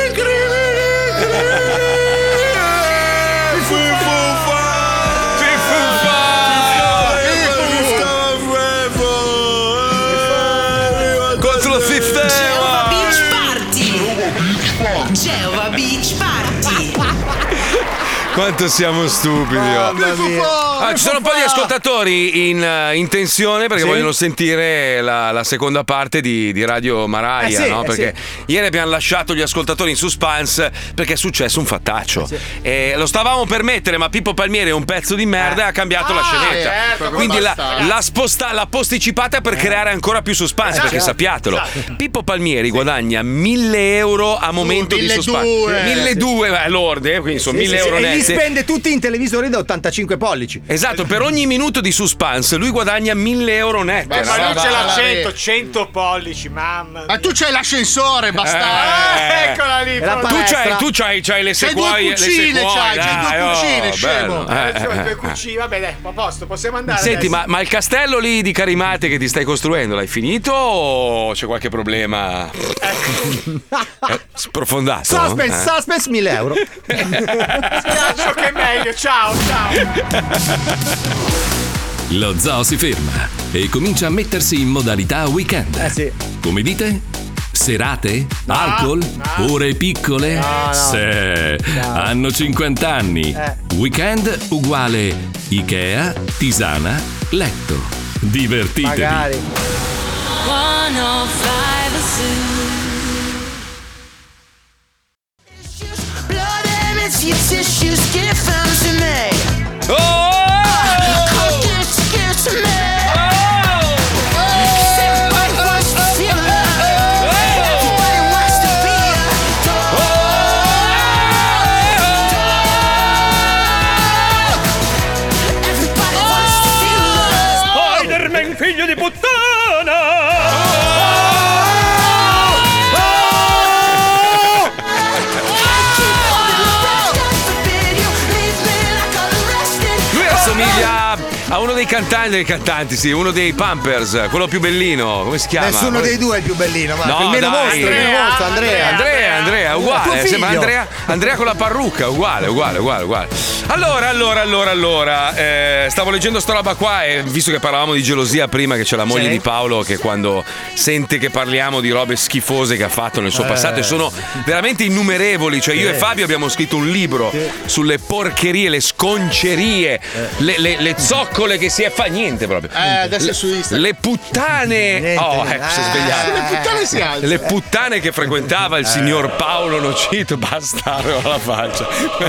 Contro il sistema. Geova Beach Party. Geova Beach Party. Quanto siamo stupidi. Ci sono un po' di ascoltatori in tensione perché vogliono sentire la seconda parte di Radio Maraia, no? Perché ieri abbiamo lasciato gli ascoltatori in suspense perché è successo un fattaccio. E lo stavamo per mettere, ma Pippo Palmieri è un pezzo di merda e ha cambiato la scenetta. Quindi l'ha posticipata per creare ancora più suspense, perché sappiatelo. Pippo Palmieri guadagna 1.000 euro a momento di suspense. 1.200 lorde, quindi sono 1.000 euro netti. E li spende tutti in televisori da 85 pollici. Esatto, per ogni minuto di suspense lui guadagna 1.000 euro netti. Ma lui c'è la 100 pollici, mamma. Ma tu c'hai l'ascensore, bastardo. Eccola lì. Tu c'hai le sequoie. C'hai due cucine, scemo. Due cucine, vabbè, dai, a posto, possiamo andare. Senti, ma il castello lì di Carimate che ti stai costruendo, l'hai finito o c'è qualche problema? Sprofondato. Suspense 1.000 euro. Ciao, che è meglio, ciao. Lo zoo si ferma e comincia a mettersi in modalità weekend. Come dite? Serate? Alcol? Ore piccole? Hanno 50 anni. Weekend uguale Ikea, Tisana, letto. Divertitevi. Magari. 105 Spider-Man, figlio di puttana! Lui assomiglia a uno dei cantanti, sì, uno dei Pampers, quello più bellino, come si chiama? Nessuno dei due è più bellino, ma No, il meno dai. mostro, il meno mostro, Andrea, Tuo uguale, figlio. sembra Andrea con la parrucca, uguale. Allora, stavo leggendo sta roba qua e visto che parlavamo di gelosia prima, che c'è la moglie di Paolo che quando sente che parliamo di robe schifose che ha fatto nel suo passato, e sono veramente innumerevoli, cioè io e Fabio abbiamo scritto un libro sulle porcherie, le sconcerie, le zoccole che si fa niente proprio. Adesso è su Instagram. Le puttane. Si è svegliato. Le puttane si alzano. Le puttane che frequentava il signor Paolo Nocito, bastardo alla faccia.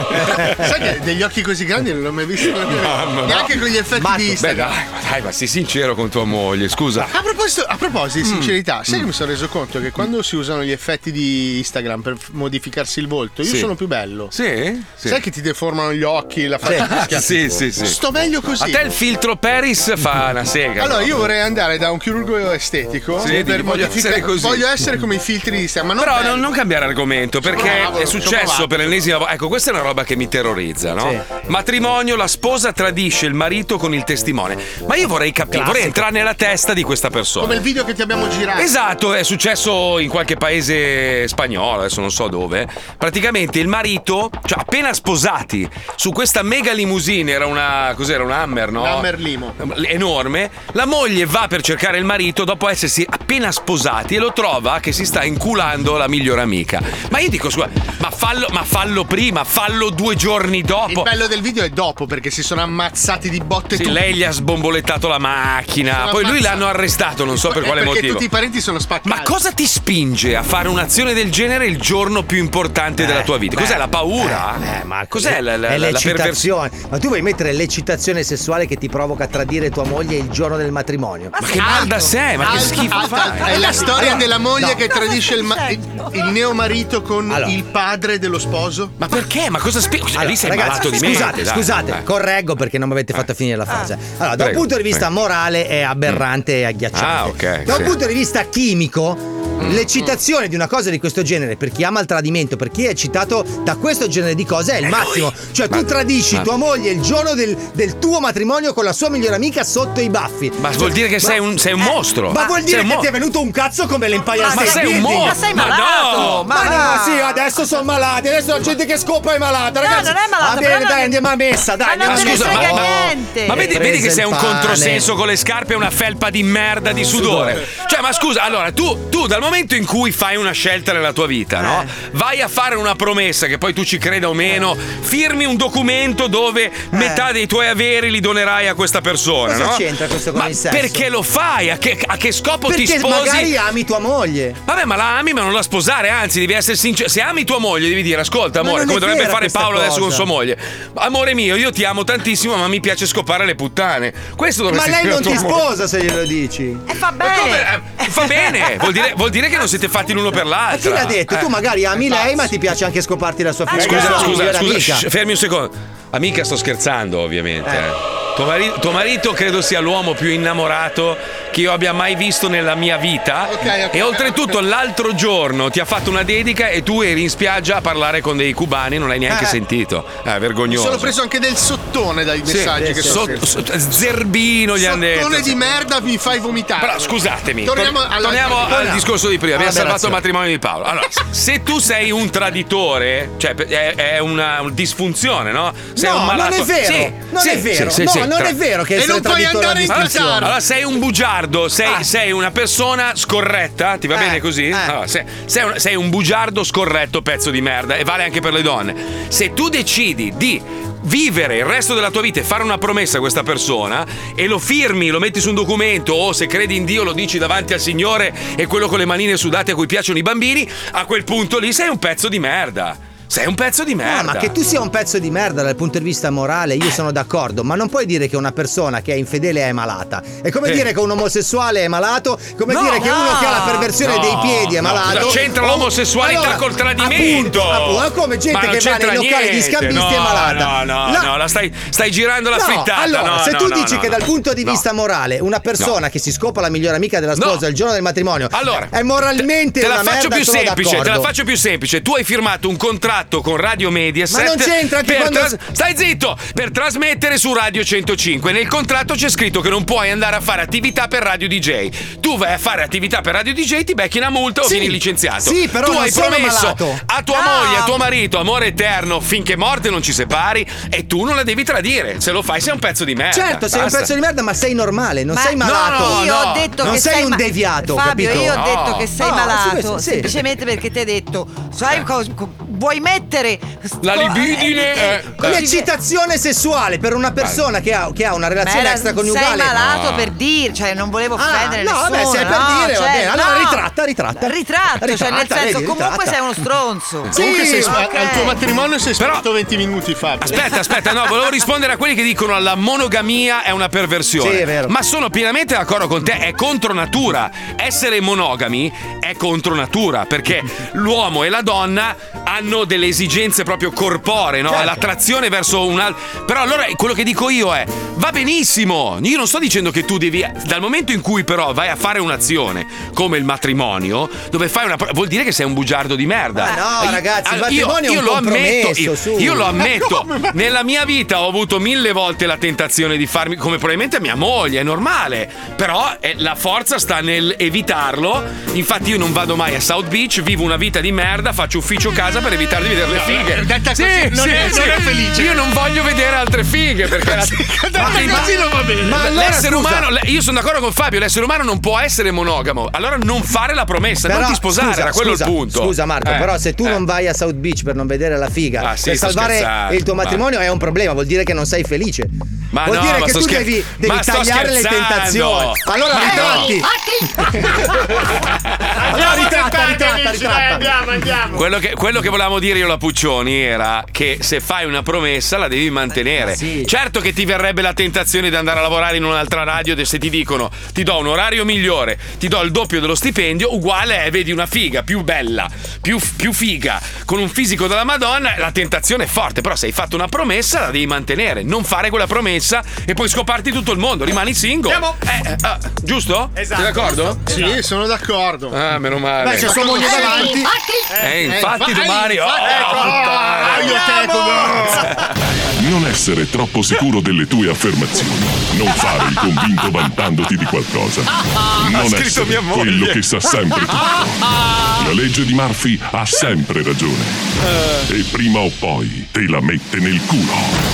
Sai che degli occhi così grandi non l'ho mai visto neanche con gli effetti di Beh, Instagram. dai, ma sii sincero con tua moglie, scusa. A proposito di sincerità, sai che mi sono reso conto che quando si usano gli effetti di Instagram per modificarsi il volto, io Sì. sono più bello. Sì? Sai che ti deformano gli occhi, la faccia? Sì. Sto meglio così. A te il filtro Paris fa una sega. Allora, no? io vorrei andare da un chirurgo estetico Sì, per voglio essere così. Voglio essere come i filtri di Instagram. Ma Però non cambiare argomento, perché Bravo, è ci ho successo provato. per l'ennesima volta. Ecco, questa è una roba che mi terrorizza, no? Matrimonio, la sposa tradisce il marito con il testimone. Ma io vorrei capire, vorrei entrare nella testa di questa persona. Come il video che ti abbiamo girato. Esatto, è successo in qualche paese spagnolo, adesso non so dove. Praticamente il marito, cioè appena sposati, su questa mega limousine, era una Hummer, no? Una Hummer Limo. Enorme. La moglie va per cercare il marito dopo essersi appena sposati e lo trova che si sta inculando la migliore amica. Ma io dico, scusa, ma fallo prima, fallo 2 giorni dopo. Il bello del video è dopo, perché si sono ammazzati di botte Sì, tutti. lei gli ha sbombolettato la macchina. Sono Poi lui ammazzati. l'hanno arrestato, non so per quale perché motivo. tutti i parenti sono spaccati. Ma cosa ti spinge a fare un'azione del genere il giorno più importante della tua vita? Cos'è la paura? Ma cos'è è la l'eccitazione? Ma tu vuoi mettere l'eccitazione sessuale che ti provoca a tradire tua moglie il giorno del matrimonio? Ma che mal da sé, ma che schifo fai? È la storia della moglie che Cosa tradisce il neomarito con Allora. il padre dello sposo. Ma perché? Ma cosa lì sei malato di mente. Scusate, correggo perché non mi avete fatto finire la frase. Allora, da un Prego, punto di vista morale è aberrante e agghiacciante. ok, Da un sì. punto di vista chimico, l'eccitazione di una cosa di questo genere, per chi ama il tradimento, per chi è eccitato da questo genere di cose, è il massimo. Cioè, tu tradisci tua moglie il giorno del tuo matrimonio con la sua migliore amica sotto i baffi. Ma vuol dire che sei un mostro. Ma vuol dire Sei un che ti è venuto un cazzo come l'Empire Ma State sei un Building. mostro. Ma sei malato. Ma no, sì, adesso sono malati. Adesso la gente che scopa è malata, ragazzi. non è malato, Va bene, però dai, non- andiamo a messa, dai. Ma non andiamo te a ne scusa, frega niente. Ma vedi che sei un Prese il controsenso pane. con le scarpe e una felpa di merda di sudore. Cioè, ma scusa, allora tu dal momento in cui fai una scelta nella tua vita, no? Vai a fare una promessa che poi tu ci creda o meno, firmi un documento dove metà dei tuoi averi li donerai a questa persona, Cosa no? c'entra questo con Ma il sesso? perché lo fai? A che scopo Perché ti sposi? magari ami tua moglie. Vabbè, ma la ami, ma non la sposare, anzi, devi essere sincero. Se ami tua moglie, devi dire: ascolta, Ma amore, non come è dovrebbe vera fare questa Paolo adesso con cosa. sua moglie. Amore mio, io ti amo tantissimo, ma mi piace scopare le puttane. Questo Ma dovresti lei dire non a tua ti moglie. sposa se glielo dici. E fa bene. Fa bene, vuol dire che non siete fatti l'uno per Ma l'altro. chi l'ha detto? Tu magari ami lei, ma ti piace anche scoparti la sua figlia. Scusa, amica. fermi un secondo. Amica, sto scherzando, ovviamente. Tuo marito credo sia l'uomo più innamorato che io abbia mai visto nella mia vita. E oltretutto l'altro giorno ti ha fatto una dedica e tu eri in spiaggia a parlare con dei cubani e non l'hai neanche sentito. Mi Vergognoso. sono preso anche del sottone dai messaggi che sono Zerbino gli hanno detto. Sottone di merda, mi fai vomitare. Però scusatemi, Torniamo al discorso di prima. Abbiamo salvato il Aberrazione. matrimonio di Paolo. Allora, se tu sei un traditore, cioè è una disfunzione, no? Sei No, un malato. non è vero. Sì, Non sì, è vero. sì, No, sì, non è vero che E essere non puoi traditore andare è in una Qatar. disfunzione. Allora sei un bugiardo, sei una persona scorretta, ti va bene così? Allora, sei un bugiardo scorretto, pezzo di merda, e vale anche per le donne. Se tu decidi di vivere il resto della tua vita e fare una promessa a questa persona e lo firmi, lo metti su un documento o se credi in Dio lo dici davanti al Signore e quello con le manine sudate a cui piacciono i bambini, a quel punto lì sei un pezzo di merda. Sei un pezzo di merda. No, ma che tu sia un pezzo di merda dal punto di vista morale, io sono d'accordo, ma non puoi dire che una persona che è infedele è malata. È come dire che un omosessuale è malato, come dire che uno che ha la perversione dei piedi è malato. Cosa c'entra l'omosessualità col tradimento? Appunto, come gente che va nei locali di scambisti è malata. No, la stai girando la frittata. Allora, se tu dici che dal punto di vista morale una persona che si scopa la migliore amica della sposa il giorno del matrimonio è moralmente una merda, sono d'accordo. Te la faccio più semplice. Tu hai firmato un contratto con Radio Mediaset. Ma non c'entra anche quando... Stai zitto! Per trasmettere su Radio 105. Nel contratto c'è scritto che non puoi andare a fare attività per Radio DJ. Tu vai a fare attività per Radio DJ, ti becchi una multa o vieni licenziato. Sì, però tu non hai sono promesso malato. a tua moglie, a tuo marito, amore eterno, finché morte non ci separi, e tu non la devi tradire. Se lo fai sei un pezzo di merda. Certo, sei un pezzo di merda, ma sei normale, non sei malato. Io ho detto non che sei un deviato, Fabio, capito? io ho detto che sei malato sì. semplicemente perché ti hai detto, sai vuoi mettere la libidine l'eccitazione sessuale per una persona che ha una relazione extraconiugale. Sei malato per dire, cioè non volevo offendere nessuno. Vabbè, sei per dire, va bene. Allora ritratta, cioè nel senso vedi, comunque sei uno stronzo. Comunque al tuo matrimonio sei spento 20 minuti fa. Aspetta, no, volevo rispondere a quelli che dicono la monogamia è una perversione. Sì, è vero. Ma sono pienamente d'accordo con te, è contro natura. Essere monogami è contro natura, perché l'uomo e la donna hanno delle esigenze proprio corporee, no? Certo. L'attrazione verso un altro. Però allora quello che dico io è: va benissimo. Io non sto dicendo che tu devi. Dal momento in cui però vai a fare un'azione come il matrimonio, dove fai vuol dire che sei un bugiardo di merda. Ma no, ragazzi, il matrimonio è un compromesso. Io lo ammetto. Nella mia vita ho avuto 1000 volte la tentazione di farmi, come probabilmente mia moglie, è normale. Però la forza sta nel evitarlo. Infatti io non vado mai a South Beach, vivo una vita di merda, faccio ufficio casa per evitare di vedere le fighe. Detta così non è felice. Io non voglio vedere altre fighe perché detta così non va bene. Ma allora, l'essere umano, io sono d'accordo con Fabio, l'essere umano non può essere monogamo. Allora non fare la promessa, non ti sposare, era quello il punto. Scusa Marco, però se tu non vai a South Beach per non vedere la figa, per salvare il tuo matrimonio è un problema, vuol dire che non sei felice. Ma vuol dire che tu devi tagliare le tentazioni. Allora ritratti. Allora ritratta. Andiamo. Quello che volevamo dire io la Puccioni era che se fai una promessa la devi mantenere. Sì. Certo che ti verrebbe la tentazione di andare a lavorare in un'altra radio se ti dicono ti do un orario migliore, ti do il doppio dello stipendio, uguale vedi una figa più bella, più figa, con un fisico della Madonna, la tentazione è forte, però se hai fatto una promessa la devi mantenere, non fare quella promessa e poi scoparti tutto il mondo, rimani single. Giusto? Esatto. Sei d'accordo? Sì, sono d'accordo. Ah, meno male. Beh, c'è sua moglie davanti. Infatti domani Non essere troppo sicuro delle tue affermazioni. Non fare il convinto vantandoti di qualcosa. Non essere quello che sa sempre tutto. La legge di Murphy ha sempre ragione. E prima o poi te la mette nel culo.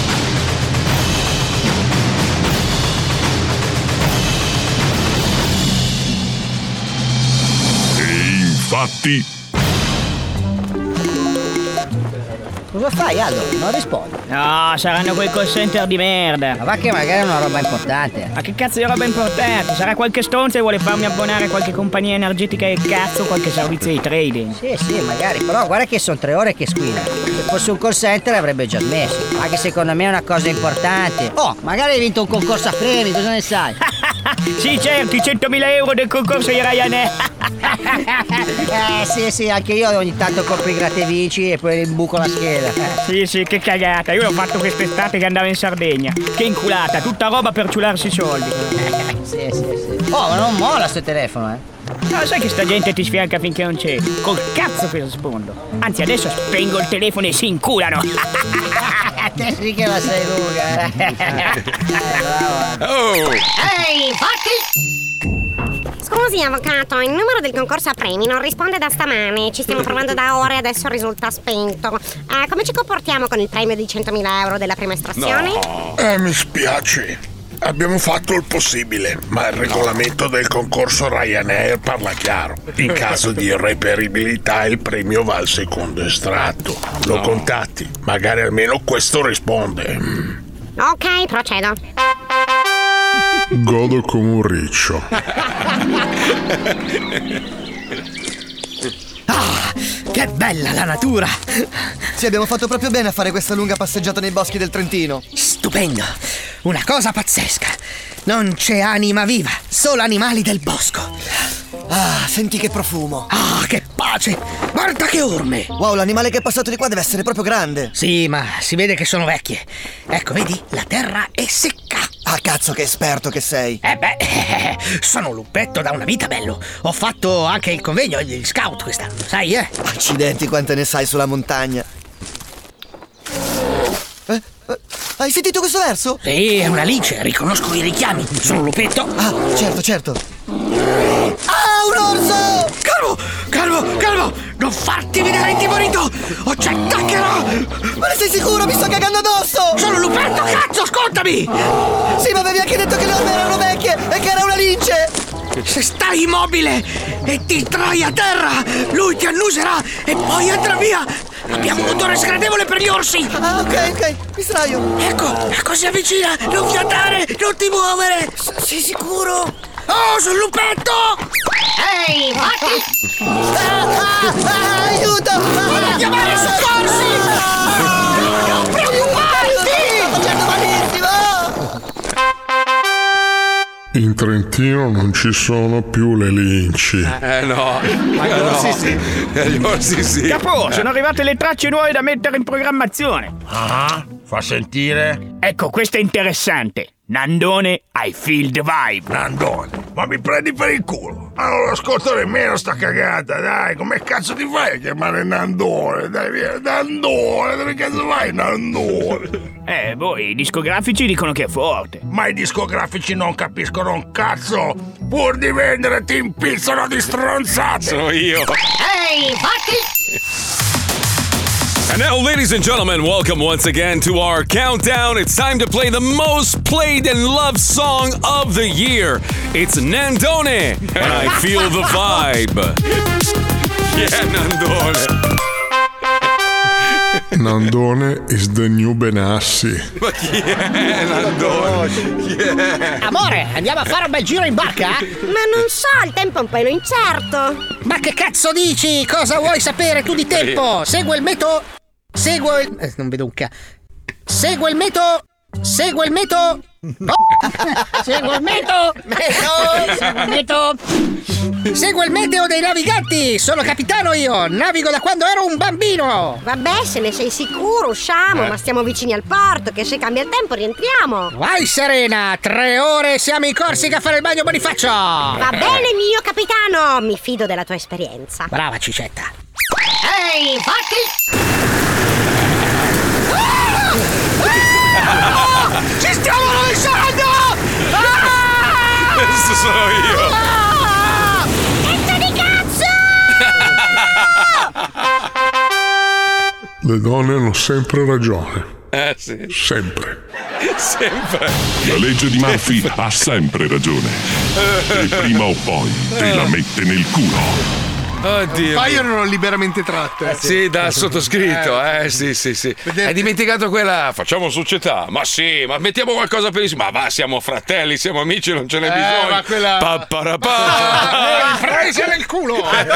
Infatti. Cosa fai, Aldo? Non rispondi. No, saranno quei call center di merda. Ma va che magari è una roba importante. Ma che cazzo di roba importante? Sarà qualche stronzo e vuole farmi abbonare a qualche compagnia energetica e cazzo qualche servizio di trading. Sì, magari, però guarda che sono 3 ore che squilla. Se fosse un call center avrebbe già smesso. Anche secondo me è una cosa importante. Oh, magari hai vinto un concorso a premi, cosa ne sai? Sì, certo, i 100.000 euro del concorso di Ryanair. Sì, anche io ogni tanto compro i grattavinci e poi imbuco la scheda. Sì, che cagata. Io l'ho fatto quest'estate che andavo in Sardegna. Che inculata, tutta roba per ciularsi i soldi. Sì. Oh, ma non mola sto telefono, No, sai che sta gente ti sfianca finché non c'è. Col cazzo che rispondo. Anzi, adesso spengo il telefono e si inculano. Te sì che la sei lunga. Ehi, fatti! Scusi avvocato, il numero del concorso a premi non risponde da stamane. Ci stiamo provando da ore e adesso risulta spento. Come ci comportiamo con il premio di 100.000 euro della prima estrazione? Mi spiace, Abbiamo fatto il possibile, ma il regolamento del concorso Ryanair parla chiaro. In caso di irreperibilità il premio va al secondo estratto. Lo contatti, magari almeno questo risponde. Ok, procedo. Godo come un riccio. Che bella la natura! Sì, abbiamo fatto proprio bene a fare questa lunga passeggiata nei boschi del Trentino. Stupendo! Una cosa pazzesca! Non c'è anima viva, solo animali del bosco. Ah, senti che profumo. Ah, che pace! Guarda che orme! Wow, l'animale che è passato di qua deve essere proprio grande. Sì, ma si vede che sono vecchie. Ecco, vedi? La terra è secca. Ah, cazzo, che esperto che sei. Sono un luppetto da una vita, bello. Ho fatto anche il convegno, gli scout quest'anno, sai, Accidenti, quante ne sai sulla montagna. Hai sentito questo verso? Sì, è una lince, riconosco i richiami. Sono un lupetto. Ah, certo. Ah, un orso! Calmo! Non farti vedere intimorito! O ci attaccherò! Ma ne sei sicuro? Mi sto cagando addosso! Sono un lupetto, cazzo, ascoltami! Sì, ma avevi anche detto che le orme erano vecchie e che era una lince! Se stai immobile e ti trai a terra, lui ti annuserà e poi andrà via! Abbiamo un odore sgradevole per gli orsi! Ah, ok, mi sdraio! Ecco, si avvicina! Non fiatare! Non ti muovere! Sei sicuro? Oh, sul lupetto! Ehi, fatti! Aiuto! Devo chiamare i soccorsi! Non preoccuparti! Facendo malissimo! In Trentino non ci sono più le linci. No. Ma gli orsi sì. Gli orsi sì. Capo, sono arrivate le tracce nuove da mettere in programmazione. Ah, fa sentire? Ecco, questa è interessante. Nandone, I feel the vibe. Nandone, ma mi prendi per il culo? Ma non lo ascolto nemmeno sta cagata, dai, come cazzo ti fai a chiamare Nandone? Dai via, Nandone, dove cazzo vai Nandone? I discografici dicono che è forte. Ma i discografici non capiscono un cazzo! Pur di vendere ti impizzano di stronzate! Sono io! Ehi, fatti! And now, ladies and gentlemen, welcome once again to our countdown. It's time to play the most played and loved song of the year. It's Nandone, and I feel the vibe. Yeah, Nandone. Nandone is the new Benassi. Ma chi è Nandone? Chi è? Amore, andiamo a fare un bel giro in barca? Ma non so, il tempo è un po' incerto. Ma che cazzo dici? Cosa vuoi sapere tu di tempo? Segua il metodo. Non vedo un Segua il metodo. Oh! Segua il metodo. Segua il meteo dei naviganti. Sono capitano io. Navigo da quando ero un bambino. Vabbè, se ne sei sicuro, usciamo, ma stiamo vicini al porto, che se cambia il tempo rientriamo. Vai Serena, 3 ore siamo in Corsica a fare il bagno Bonifacio. Va bene, mio capitano, mi fido della tua esperienza. Brava Cicetta. Ehi, fatti! Ci stiamo rovesciando! Questo sono io! Pezzo di cazzo! Le donne hanno sempre ragione. Sì. Sempre. La legge di Murphy ha sempre ragione. E prima o poi te la mette nel culo. Oddio. Paiono liberamente tratte. Sì, dal sottoscritto, sì. Hai dimenticato quella? Facciamo società. Ma sì, ma mettiamo qualcosa per ma va, siamo fratelli, siamo amici, non ce n'è bisogno. Ma quella. Papparapà. Presa nel culo.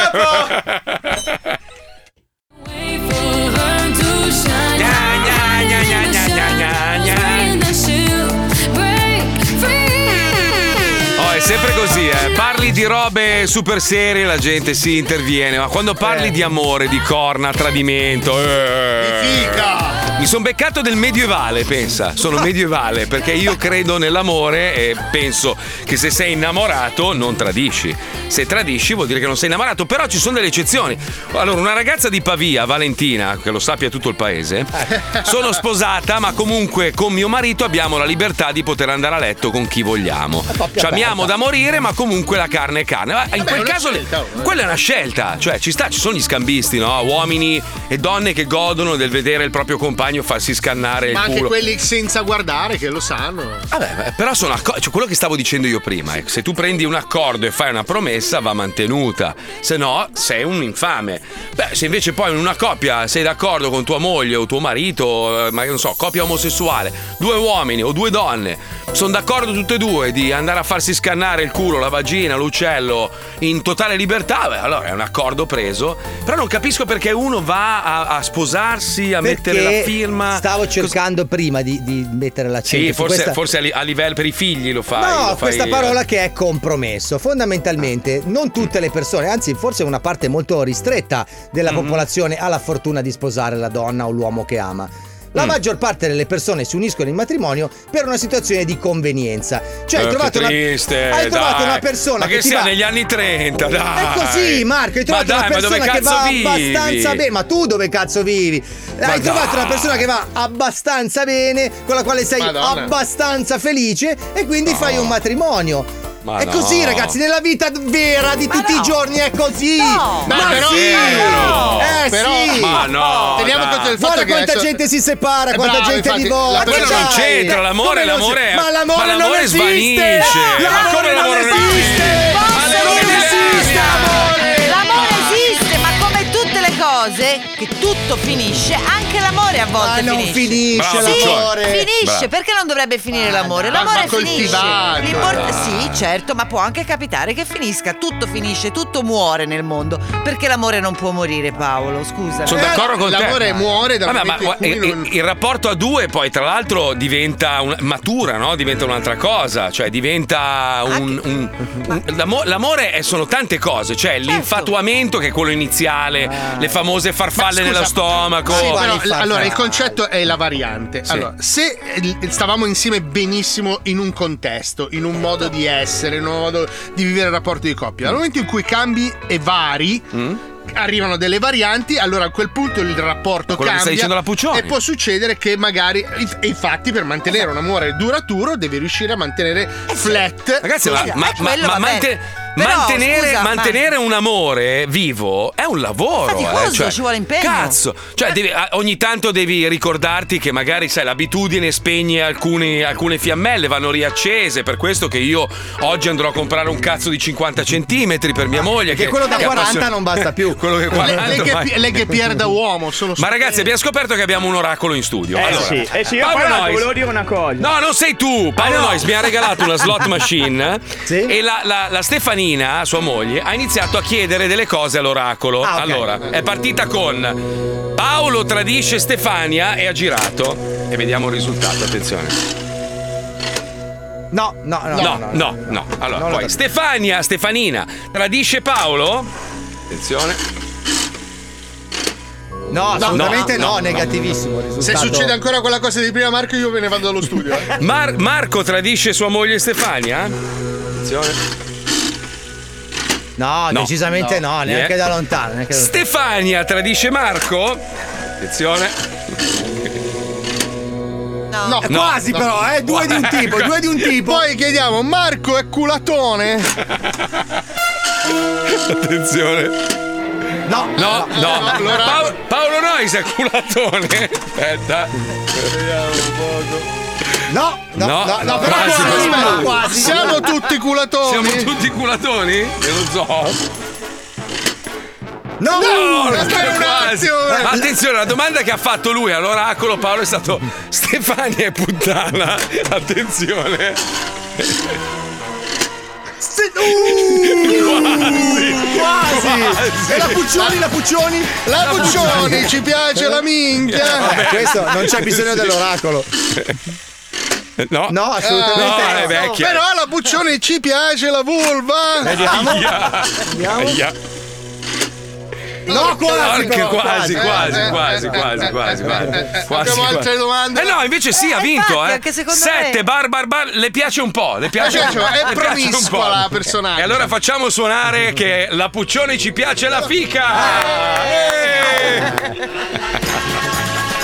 È sempre così, parli di robe super serie, la gente si interviene, ma quando parli di amore, di corna, tradimento, mi sono beccato del medievale, pensa, sono medievale perché io credo nell'amore e penso che se sei innamorato non tradisci, se tradisci vuol dire che non sei innamorato, però ci sono delle eccezioni. Allora, una ragazza di Pavia, Valentina, che lo sappia tutto il paese, sono sposata, ma comunque con mio marito abbiamo la libertà di poter andare a letto con chi vogliamo. Ci amiamo da morire, ma comunque la carne è carne. Ma in quel caso quella è una scelta, cioè ci sono gli scambisti, no? Uomini e donne che godono del vedere il proprio compagno bagno farsi scannare il Ma culo. anche quelli senza guardare che lo sanno. Vabbè, però sono cioè quello che stavo dicendo io prima, se tu prendi un accordo e fai una promessa va mantenuta, se no sei un infame. Beh, se invece poi in una coppia sei d'accordo con tua moglie o tuo marito, ma non so, coppia omosessuale, 2 uomini o 2 donne, sono d'accordo tutte e due di andare a farsi scannare il culo, la vagina, l'uccello in totale libertà, beh, allora è un accordo preso. Però non capisco perché uno va a sposarsi, a mettere la firma. Stavo cercando prima di mettere l'accento. Sì, forse a livello per i figli lo fai. No, lo fai, questa parola che è compromesso. Fondamentalmente non tutte le persone, anzi forse una parte molto ristretta della popolazione ha la fortuna di sposare la donna o l'uomo che ama. La maggior parte delle persone si uniscono in matrimonio per una situazione di convenienza. Cioè hai trovato una persona che sia negli anni 30, dai. È così, Marco, hai trovato una persona che va abbastanza bene. Ma tu dove cazzo vivi? Hai trovato una persona che va abbastanza bene, con la quale sei abbastanza felice e quindi fai un matrimonio. È così, ragazzi, nella vita vera di tutti i giorni è così. Ma no. Teniamo conto del fatto che quanta gente si separa, quanta gente divorzia. Quello non c'entra, l'amore Ma l'amore non svanisce. L'amore non esiste. L'amore esiste, ma come tutte le cose, che tutto finisce, anche l'amore a volte non finisce l'amore. Finisce, perché non dovrebbe finire l'amore? L'amore finisce. Sì, certo, ma può anche capitare che finisca, tutto finisce, tutto muore nel mondo, perché l'amore non può morire, Paolo, scusa. Sono d'accordo con te. L'amore muore da il rapporto a due poi tra l'altro diventa matura, no? Diventa un'altra cosa, cioè diventa l'amore sono tante cose, cioè l'infatuamento che è quello iniziale, le famose farfalle nello stomaco. Sì, però, allora il concetto è la variante. Sì. Allora, se stavamo insieme benissimo in un contesto, in un modo di essere, in un modo di vivere il rapporto di coppia, nel momento in cui cambi e vari, arrivano delle varianti, allora a quel punto il rapporto quello cambia. Che stai dicendo la Puccioni. E può succedere che magari, e infatti per mantenere un amore duraturo devi riuscire a mantenere flat. Ragazzi, mantenere un amore vivo è un lavoro. Faticoso, ci vuole impegno. Cazzo, cioè ogni tanto devi ricordarti che magari sai l'abitudine spegne alcune fiammelle, vanno riaccese. Per questo che io oggi andrò a comprare un cazzo di 50 centimetri per mia moglie. Che quello da 40 non basta più. Quello che 40 lei che pierda uomo sono. Ma ragazzi, abbiamo scoperto che abbiamo un oracolo in studio. Allora, sì, io volevo dire una cosa. No, non sei tu. Paolo Nois mi ha regalato una slot machine e la Stefanina, sua moglie, ha iniziato a chiedere delle cose all'oracolo. Okay. Allora, è partita con Paolo tradisce Stefania e ha girato. E vediamo il risultato, attenzione. No. Allora, poi Stefanina tradisce Paolo. Attenzione. No, assolutamente no, negativissimo il risultato. Se succede ancora quella cosa di prima, Marco, io me ne vado dallo studio. Marco tradisce sua moglie Stefania. Attenzione. No, decisamente no, neanche da lontano. Stefania tradisce Marco. Attenzione. No, quasi però, due di un tipo. Poi chiediamo, Marco è culatone? Attenzione. No. Paolo Nois è culatone. Aspetta. Vediamo un poco. No, quasi. Siamo tutti culatoni. Siamo tutti culatoni? Nello zoo. No, aspetta un attimo. Attenzione, la domanda che ha fatto lui all'oracolo Paolo è stato: Stefania è puttana? Attenzione. Quasi. E la Puccioni? La Puccioni, ci piace la minchia. Vabbè, questo non c'è bisogno dell'oracolo. No, assolutamente no, è vecchia. Però alla Puccioni ci piace la vulva. Vediamo. No, quasi. Abbiamo altre domande? No, invece sì, ha vinto. Anche secondo 7 bar. Le piace un po'. È promiscua la personaggio. E allora facciamo suonare che la Puccioni ci piace la fica.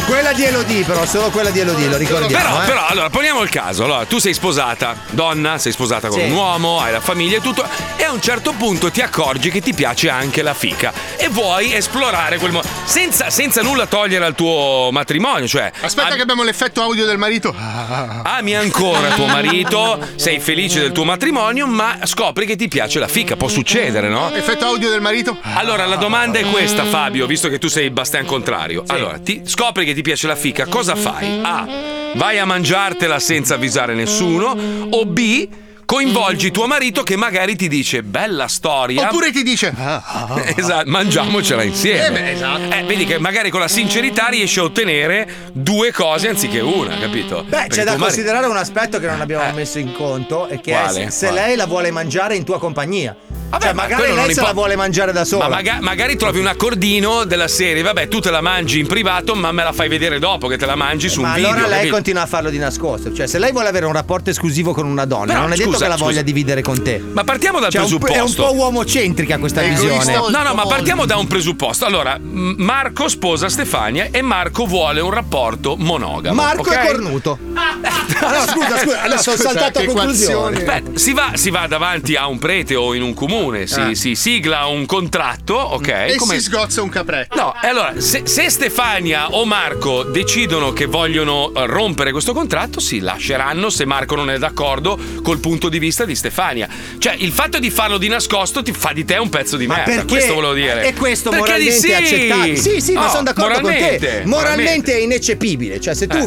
Quella di Elodie, però, solo quella di Elodie, lo ricordiamo. Però, allora, poniamo il caso. Allora, tu sei sposata, donna, sei sposata con un uomo, hai la famiglia e tutto, e a un certo punto ti accorgi che ti piace anche la fica e vuoi esplorare quel mondo senza nulla togliere al tuo matrimonio. Cioè, aspetta che abbiamo l'effetto audio del marito. Ami ancora tuo marito, sei felice del tuo matrimonio, ma scopri che ti piace la fica. Può succedere, no? Effetto audio del marito. Allora, la domanda è questa, Fabio, visto che tu sei il bastian contrario. Allora, ti scopri che ti piace la fica, cosa fai? A. Vai a mangiartela senza avvisare nessuno, o B. Coinvolgi tuo marito che magari ti dice bella storia. Oppure ti dice esatto, mangiamocela insieme. Esatto. Vedi che magari con la sincerità riesci a ottenere due cose anziché una, capito? Beh, c'è da considerare un aspetto che non abbiamo messo in conto, e che è se lei la vuole mangiare in tua compagnia. Vabbè, cioè, magari lei se la vuole mangiare da sola. Ma magari trovi un accordino della serie, vabbè, tu te la mangi in privato, ma me la fai vedere dopo che te la mangi su un video. Ma allora lei capito? continua a farlo di nascosto. Cioè, se lei vuole avere un rapporto esclusivo con una donna, Però, non è detto che la voglia dividere con te. Ma partiamo dal presupposto. È un po' uomocentrica questa visione. No, ma partiamo da un presupposto. Allora, Marco sposa Stefania e Marco vuole un rapporto monogamo. Marco è cornuto. No, scusa, adesso ho saltato a conclusione. Aspetta, si va davanti a un prete o in un comune, si sigla un contratto, ok? E si sgozza un caprè. No, e allora, se Stefania o Marco decidono che vogliono rompere questo contratto, si lasceranno se Marco non è d'accordo col punto di vista di Stefania. Cioè, il fatto di farlo di nascosto ti fa di te un pezzo di merda. Questo volevo dire. E questo perché moralmente accettabile. Sì, ma sono d'accordo con te. Moralmente è ineccepibile. Cioè, se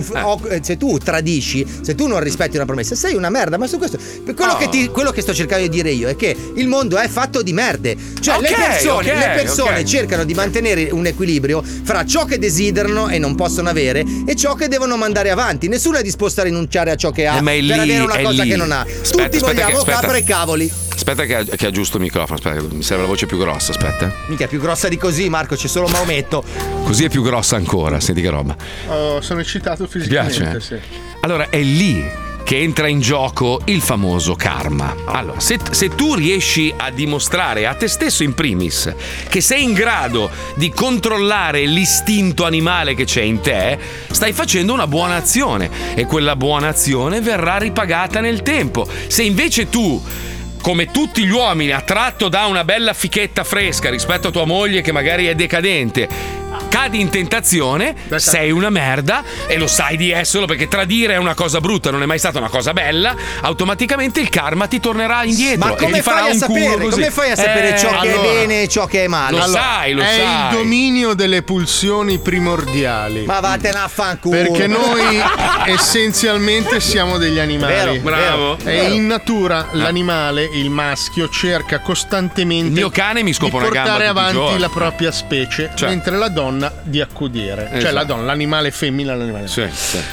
tu tradisci, se tu non rispetti una promessa, sei una merda. Ma su questo, quello che sto cercando di dire io è che il mondo è fatto di merde. Cioè, le persone cercano di mantenere un equilibrio fra ciò che desiderano e non possono avere e ciò che devono mandare avanti. Nessuno è disposto a rinunciare a ciò che ha per avere una cosa che non ha. Tutti vogliamo capre e cavoli. Aspetta che aggiusto il microfono. Aspetta, mi serve la voce più grossa. Aspetta. Mica è più grossa di così, Marco, c'è solo Maometto. Così è più grossa ancora. Senti che roba. Sono eccitato fisicamente. Ti piace? Sì. Allora, è lì che entra in gioco il famoso karma. Allora, se tu riesci a dimostrare a te stesso in primis che sei in grado di controllare l'istinto animale che c'è in te, stai facendo una buona azione e quella buona azione verrà ripagata nel tempo. Se invece tu, come tutti gli uomini, attratto da una bella fichetta fresca rispetto a tua moglie che magari è decadente, cadi in tentazione, sei una merda e lo sai di esserlo, perché tradire è una cosa brutta, non è mai stata una cosa bella, automaticamente il karma ti tornerà indietro. Ma come e ti farà fai a un sapere? culo così. Come fai a sapere ciò che è bene e ciò che è male? Lo sai. È il dominio delle pulsioni primordiali. Ma vattene a fanculo. Perché noi essenzialmente siamo degli animali. Vero, bravo. E in natura l'animale, il maschio, cerca costantemente il mio cane mi scopa di una gamba portare tutti i avanti giorni. la propria specie, mentre la donna di accudire. Cioè Esatto. la donna, l'animale femmina, l'animale. Sì.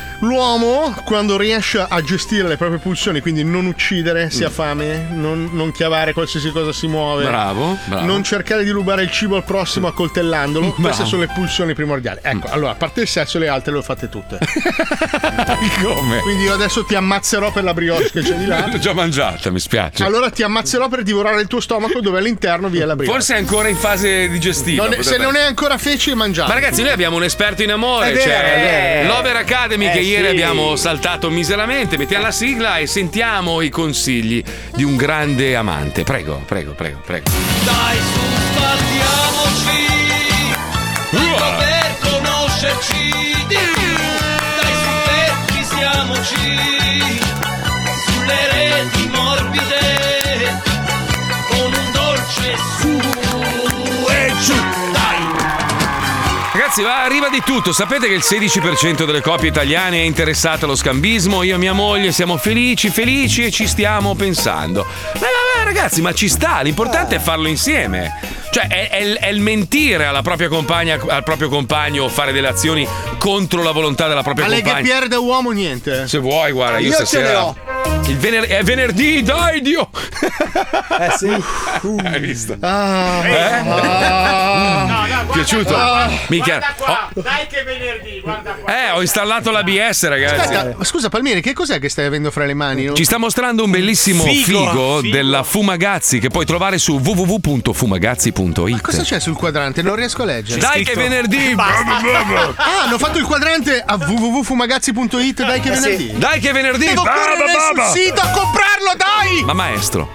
L'uomo, quando riesce a gestire le proprie pulsioni, quindi non uccidere se ha fame, non chiavare qualsiasi cosa si muove, Bravo. non cercare di rubare il cibo al prossimo accoltellandolo, queste sono le pulsioni primordiali. Ecco, allora, a parte il sesso, le altre le ho fatte tutte. Come? Quindi io adesso ti ammazzerò per la brioche che c'è di là. L'ho già mangiata, mi spiace. Allora ti ammazzerò per divorare il tuo stomaco, dove all'interno vi è la brioche. Forse è ancora in fase digestiva. Se non è ancora feci, mangiare. Ma ragazzi, noi abbiamo un esperto in amore, È vero. Lover Academy, che ieri sì. abbiamo saltato miseramente. Mettiamo la sigla e sentiamo i consigli di un grande amante. Prego. Dai, su, sbaldiamoci per conoscerci. Dai, su, perchisiamoci sulle reti morbide con un dolce su e giù. Ragazzi, arriva di tutto. Sapete che il 16% delle coppie italiane è interessato allo scambismo? Io e mia moglie siamo felici e ci stiamo pensando. Ragazzi, ma ci sta, l'importante è farlo insieme. Cioè, è il mentire alla propria compagna, al proprio compagno, o fare delle azioni contro la volontà della propria Ma le compagna. ghepiere da uomo niente. Se vuoi, guarda, io Io ce stasera. le ho. È venerdì, dai Dio! Sì. Hai visto? No, Piaciuto? Mica. Guarda qua, dai che venerdì, guarda qua. Ho installato l'ABS, ragazzi. Aspetta, scusa Palmieri, che cos'è che stai avendo fra le mani? Ci sta mostrando un bellissimo figo della Fumagazzi che puoi trovare su www.fumagazzi.it. Cosa c'è sul quadrante? Non riesco a leggere. Dai che venerdì! Hanno fatto il quadrante a www.fumagazzi.it. Dai che venerdì. Dai che venerdì! Devo correre sul sito a comprarlo, dai! Ma maestro,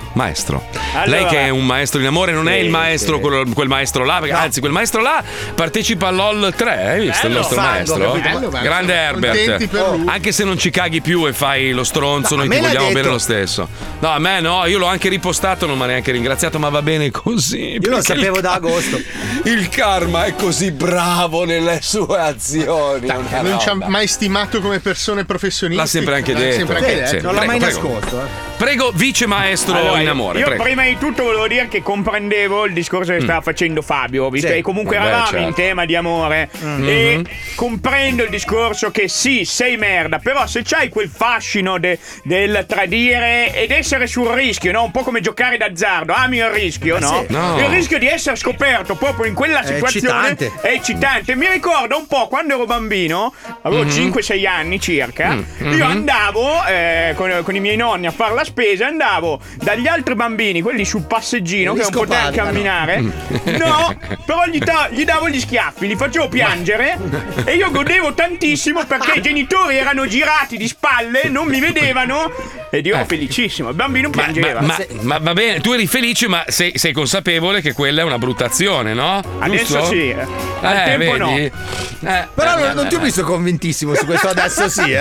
lei che è un maestro in amore non è il maestro, quel maestro là, perché, anzi quel maestro là partecipa all'OL 3, hai visto il nostro maestro? Grande Herbert. Anche se non ci caghi più e fai lo stronzo, noi ti vogliamo bene lo stesso. No, a me no, io l'ho anche ripostato, non mi ha neanche ringraziato, ma va bene così. Io lo sapevo da agosto. Il karma è così bravo nelle sue azioni. Non ci ha mai stimato come persone professionisti. L'ha sempre anche detto. Non l'ha mai nascosto. Prego, vice maestro in amore. Io prego. prima di tutto volevo dire che comprendevo il discorso che stava facendo Fabio, visto che comunque eravamo in tema di amore. E comprendo il discorso che sì, sei merda, però se c'hai quel fascino del tradire ed essere sul rischio, no? Un po' come giocare d'azzardo, ami il rischio, no? No. Il rischio di essere scoperto proprio in quella situazione è eccitante. Mi ricordo un po' quando ero bambino, avevo 5-6 anni circa, io andavo con i miei nonni a fare la spesa, andavo dagli altri bambini, quelli sul passeggino che non potevano camminare, no, però gli davo gli schiaffi, li facevo piangere e io godevo tantissimo perché i genitori erano girati di spalle, non mi vedevano ed io ero felicissimo, il bambino piangeva. Ma va bene, tu eri felice, ma sei consapevole che quella è una brutta azione, no? Adesso giusto? sì, al tempo vedi? Però non ti ho visto convintissimo su questo adesso sì,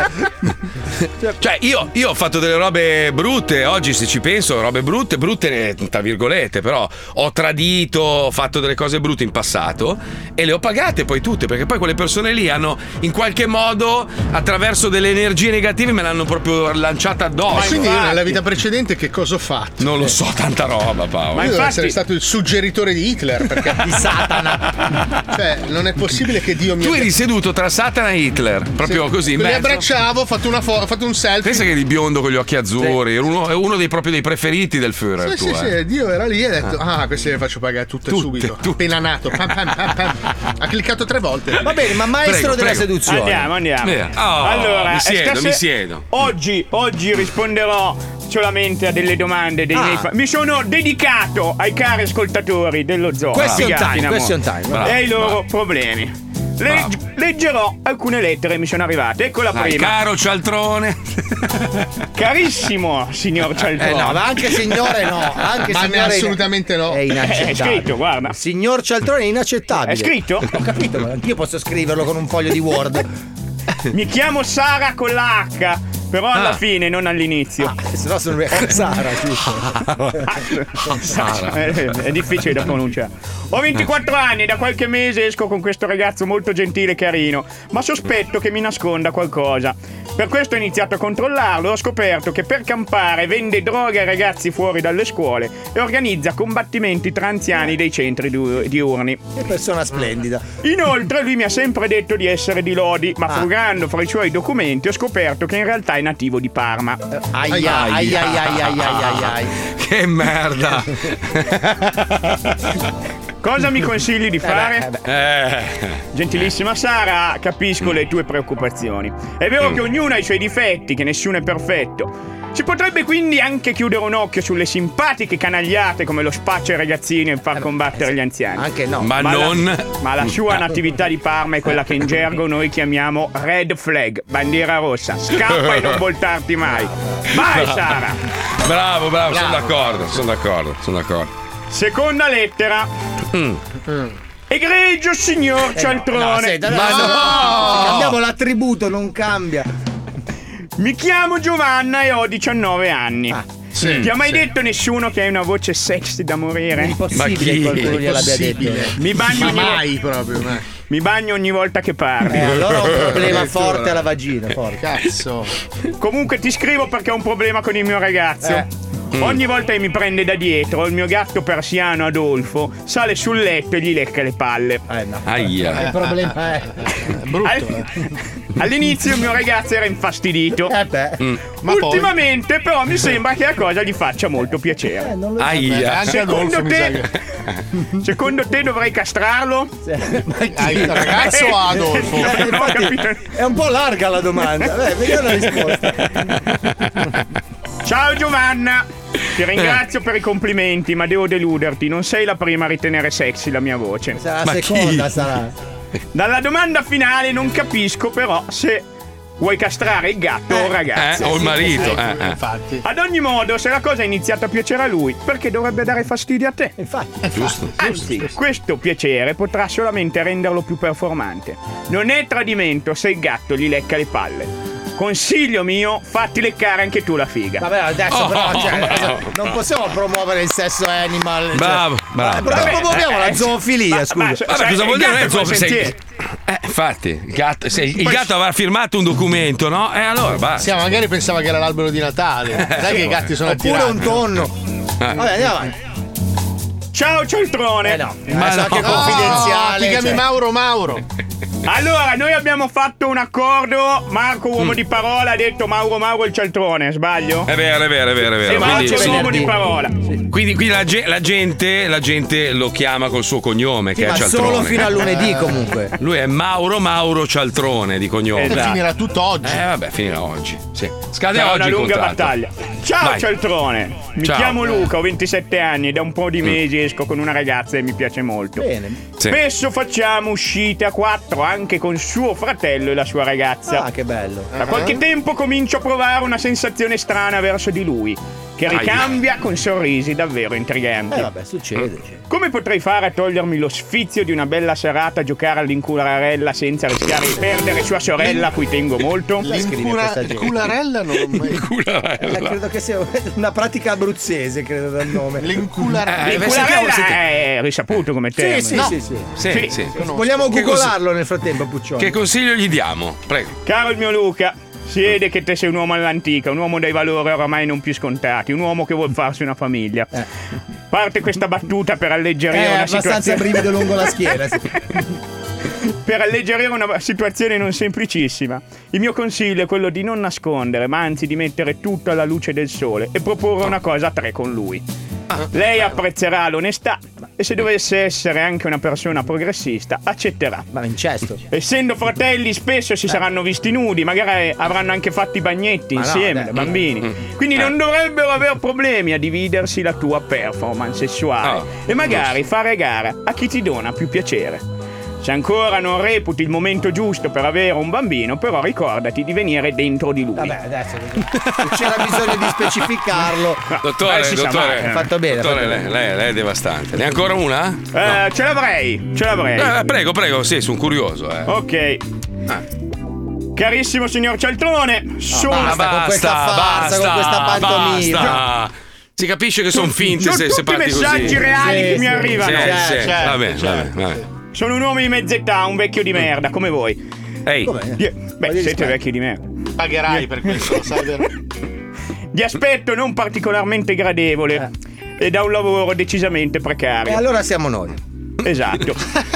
Cioè io ho fatto delle robe brutte oggi, se ci penso, robe brutte tra virgolette, però ho tradito, ho fatto delle cose brutte in passato e le ho pagate poi tutte, perché poi quelle persone lì hanno in qualche modo attraverso delle energie negative me l'hanno proprio lanciata addosso. Ma quindi nella vita precedente che cosa ho fatto? Non lo so, tanta roba, Paolo. Ma io devo essere stato il suggeritore di Hitler, perché di Satana. Cioè, non è possibile che Dio mi Tu eri seduto tra Satana e Hitler, proprio così in li mezzo. abbracciavo, ho fatto un selfie. Pensa che eri biondo con gli occhi azzurri, è uno dei proprio dei preferiti del Führer. Sì, Dio era lì e ha detto queste le faccio pagare tutte subito. Appena nato, pam. Ha cliccato 3 volte. Va bene, ma maestro della seduzione. Andiamo. Allora, mi siedo. Oggi risponderò solamente a delle domande dei miei mi sono dedicato ai cari ascoltatori dello zoo. Question time. E ai loro problemi. Leggerò alcune lettere che mi sono arrivate. Ecco la prima. Caro cialtrone. Carissimo signor cialtrone. No, ma anche signore no. Anche ma signore assolutamente no. È inaccettabile. È scritto, guarda. Signor cialtrone è inaccettabile. È scritto? Ho capito, ma anch'io posso scriverlo con un foglio di Word. Mi chiamo Sara con la H, però alla fine, non all'inizio. Se no sono Sara. È difficile da pronunciare. Ho 24 anni e da qualche mese esco con questo ragazzo molto gentile e carino, ma sospetto che mi nasconda qualcosa. Per questo ho iniziato a controllarlo e ho scoperto che per campare vende droga ai ragazzi fuori dalle scuole e organizza combattimenti tra anziani dei centri diurni. Che persona splendida. Inoltre lui mi ha sempre detto di essere di Lodi, ma frugando fra i suoi documenti ho scoperto che in realtà è nativo di Parma. Ai. Che merda. Cosa mi consigli di fare? Gentilissima Sara, capisco le tue preoccupazioni. È vero che ognuno ha i suoi difetti, che nessuno è perfetto. Si potrebbe quindi anche chiudere un occhio sulle simpatiche canagliate come lo spaccio ai ragazzini e far combattere gli anziani. Anche no. Ma la sua natività di Parma è quella che in gergo noi chiamiamo red flag, bandiera rossa. Scappa e non voltarti mai. Vai Sara! Bravo, sono d'accordo. Seconda lettera. Egregio signor cialtrone. Cambiamo l'attributo, non cambia. Mi chiamo Giovanna e ho 19 anni. Ti ha mai detto nessuno che hai una voce sexy da morire? Impossibile che qualcuno gliel'abbia detto. Mi bagno ogni volta che parli. Allora ho un problema forte alla vagina. Cazzo. Comunque ti scrivo perché ho un problema con il mio ragazzo. Ogni volta che mi prende da dietro, il mio gatto persiano Adolfo sale sul letto e gli lecca le palle. Aia. Il problema è brutto. All'inizio il mio ragazzo era infastidito. Ma ultimamente però mi sembra che la cosa gli faccia molto piacere. Aia. Secondo te dovrei castrarlo? Il ragazzo o Adolfo? È un po' larga la domanda. Vediamo la risposta. Ciao Giovanna, ti ringrazio per i complimenti, ma devo deluderti. Non sei la prima a ritenere sexy la mia voce. Sarà la seconda, sarà. Dalla domanda finale non capisco però se vuoi castrare il gatto o il ragazzo. O il marito. Infatti. Ad ogni modo, se la cosa è iniziata a piacere a lui, perché dovrebbe dare fastidio a te? Infatti. Giusto. Anzi, questo piacere potrà solamente renderlo più performante. Non è tradimento se il gatto gli lecca le palle. Consiglio mio, fatti leccare anche tu la figa. Vabbè, adesso però non possiamo promuovere il sesso animal. Bravo. Promuoviamo la zoofilia, scusa. Vabbè, cosa vuol dire zoofilia? Infatti, il gatto avrà firmato un documento, no? Allora basta. Sì, magari pensava che era l'albero di Natale. Sai che i gatti sono attirati. attirati. Oppure un tonno. Vabbè, andiamo avanti. Ciao Cialtrone. Ma anche confidenziale. Ti chiami Mauro. Allora, noi abbiamo fatto un accordo. Marco, uomo di parola, ha detto Mauro il Cialtrone, sbaglio? È vero. E Marco è un uomo di parola. Quindi la gente lo chiama col suo cognome, che è ma Cialtrone. solo fino a lunedì comunque. Lui è Mauro Cialtrone di cognome. Finirà tutto oggi. Vabbè, finirà oggi. Sì. Scade Sarà oggi una il lunga contratto. battaglia. Ciao Vai. Cialtrone. Mi Ciao. chiamo Luca, ho 27 anni e da un po' di mesi esco con una ragazza e mi piace molto. Bene. Sì. Spesso facciamo uscite a 4 anche con suo fratello e la sua ragazza. Ah, che bello. Da qualche tempo comincio a provare una sensazione strana verso di lui, che ricambia con sorrisi davvero intriganti. Vabbè, succede. Come potrei fare a togliermi lo sfizio di una bella serata a giocare all'incularella senza rischiare di perdere sua sorella a cui tengo molto? L'incularella non l'ho mai. Credo che sia una pratica abruzzese, credo dal nome. L'incularella. L'incularella è risaputo come termine. Sì. Vogliamo googolarlo nel frattempo, Puccione. Che consiglio gli diamo? Prego. Caro il mio Luca, si vede che te sei un uomo all'antica, un uomo dai valori oramai non più scontati, un uomo che vuol farsi una famiglia. Parte questa battuta per alleggerire una abbastanza situazione. brivido lungo la schiena. Sì. Per alleggerire una situazione non semplicissima. Il mio consiglio è quello di non nascondere, ma anzi di mettere tutto alla luce del sole e proporre una cosa a 3 con lui. Lei apprezzerà l'onestà e se dovesse essere anche una persona progressista accetterà. Ma incesto. Essendo fratelli spesso si saranno visti nudi, magari avranno anche fatto i bagnetti insieme da bambini. Quindi non dovrebbero aver problemi a dividersi la tua performance sessuale e magari fare gara a chi ti dona più piacere. Se ancora non reputi il momento giusto per avere un bambino, però ricordati di venire dentro di lui. Vabbè, adesso c'era bisogno di specificarlo. Dottore, Hai fatto bene. Lei è devastante. Ne ha ancora una? No. Ce l'avrei. Prego, sì, sono curioso. Ok. Carissimo signor Cialtrone, basta con questa farsa, con questa pantomima. Basta. Si capisce che sono finte sono se tutti parti così. messaggi reali che mi arrivano. Sì. Va bene. Sono un uomo di mezza età, un vecchio di merda, come voi. Ehi. Siete vecchi di merda. Pagherai per questo, sai vero? Di aspetto non particolarmente gradevole e da un lavoro decisamente precario. E allora siamo noi. Esatto.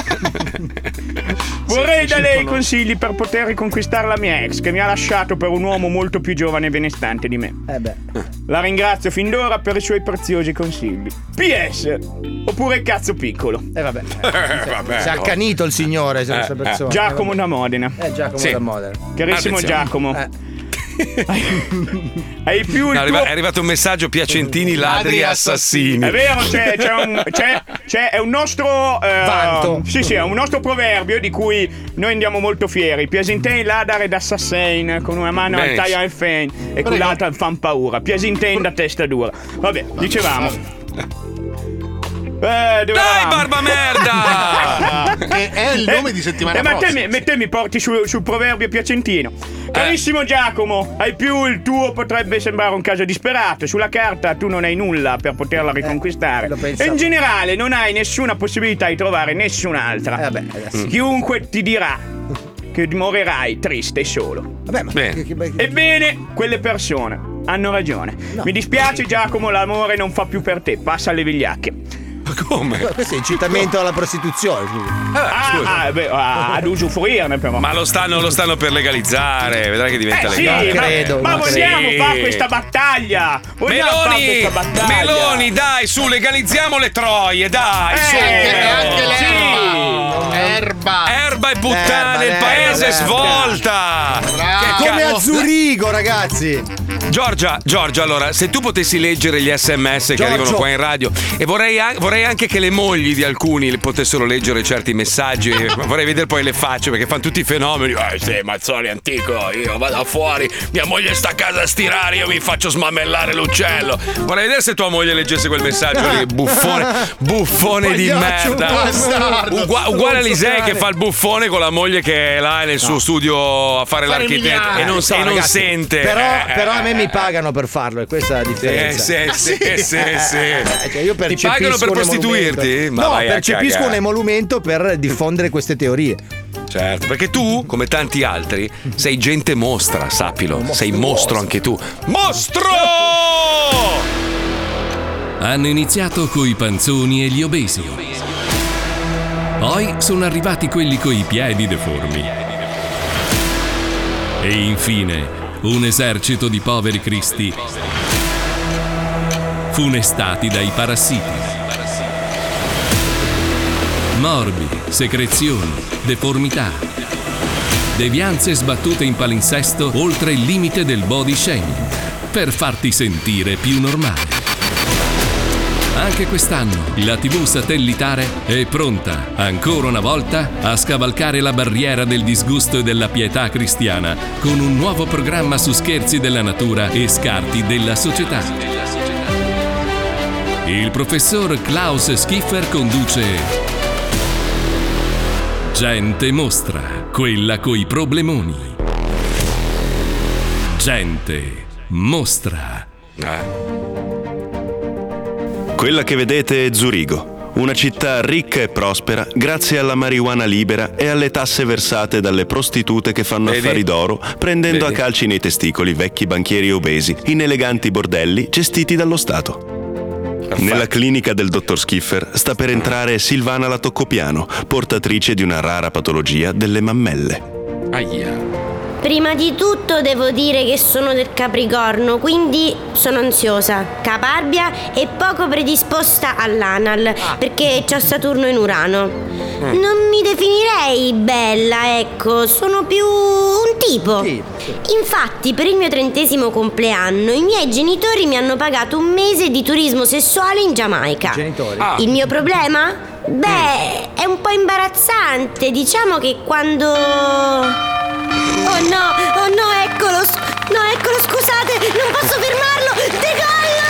Vorrei da lei consigli per poter riconquistare la mia ex, che mi ha lasciato per un uomo molto più giovane e benestante di me. La ringrazio fin d'ora per i suoi preziosi consigli. PS, oppure cazzo piccolo. Vabbè. Si è accanito il signore, questa persona. Giacomo da Modena. Giacomo da Modena. Carissimo Giacomo. Hai più il è arrivato un messaggio: Piacentini ladri assassini. È vero, è un nostro vanto. Sì, è un nostro proverbio di cui noi andiamo molto fieri. Piacentin ladar ed assassin, con una mano al taglio al fen e con l'altra fan paura. Piacentin da testa dura. Vabbè, dicevamo. Dai, barba merda! Che è il nome di settimana prossima. Ma te mi porti sul proverbio piacentino. Carissimo Giacomo, ai più il tuo potrebbe sembrare un caso disperato. Sulla carta tu non hai nulla per poterla riconquistare. E in generale non hai nessuna possibilità di trovare nessun'altra. Chiunque ti dirà che morirai triste e solo. Ebbene, quelle persone hanno ragione. Mi dispiace Giacomo, l'amore non fa più per te. Passa alle vigliacche. Ma come? Questo è incitamento alla prostituzione. Ad usufruirne però. Ma lo stanno per legalizzare, vedrai che diventa legale. Ma vogliamo fare questa battaglia? Meloni, dai, su, legalizziamo le troie, dai, su. Anche l'erba. Erba e puttane, il paese svolta. Come a Zurigo, ragazzi. Giorgia, allora, se tu potessi leggere gli SMS che arrivano qua in radio, e vorrei anche che le mogli di alcuni potessero leggere certi messaggi, vorrei vedere poi le facce, perché fanno tutti i fenomeni. Sì, Mazzoli antico, io vado fuori, mia moglie sta a casa a stirare, io mi faccio smammellare l'uccello. Vorrei vedere se tua moglie leggesse quel messaggio lì, buffone di merda. Uguale a Lisei che fa il buffone con la moglie che è là nel suo studio a fare l'architetto e non sente. Però a me mi pagano per farlo, e questa è la differenza. Sì. Cioè, io ti pagano per prostituirti? No, percepisco un emolumento per diffondere queste teorie. Certo, perché tu, come tanti altri, sei gente mostra, sappilo. Sei mostro anche tu. Mostro! Hanno iniziato coi panzoni e gli obesi. Poi sono arrivati quelli coi piedi deformi. E infine un esercito di poveri cristi funestati dai parassiti. Morbi, secrezioni, deformità, devianze sbattute in palinsesto oltre il limite del body shaming, per farti sentire più normale. Anche quest'anno la TV satellitare è pronta, ancora una volta, a scavalcare la barriera del disgusto e della pietà cristiana con un nuovo programma su scherzi della natura e scarti della società. Il professor Klaus Schiffer conduce Gente Mostra, quella coi problemoni. Gente Mostra. Quella che vedete è Zurigo, una città ricca e prospera grazie alla marijuana libera e alle tasse versate dalle prostitute che fanno affari d'oro, prendendo a calci nei testicoli vecchi banchieri obesi in eleganti bordelli gestiti dallo Stato. Nella clinica del dottor Schiffer sta per entrare Silvana la Toccopiano, portatrice di una rara patologia delle mammelle. Prima di tutto devo dire che sono del Capricorno, quindi sono ansiosa, caparbia e poco predisposta all'anal, perché c'ho Saturno in Urano. Non mi definirei bella, ecco, sono più un tipo. Infatti, per il mio 30° compleanno, i miei genitori mi hanno pagato un mese di turismo sessuale in Giamaica. Il mio problema? Beh, è un po' imbarazzante. Diciamo che quando... Oh no, eccolo, scusate, non posso fermarlo, decollo!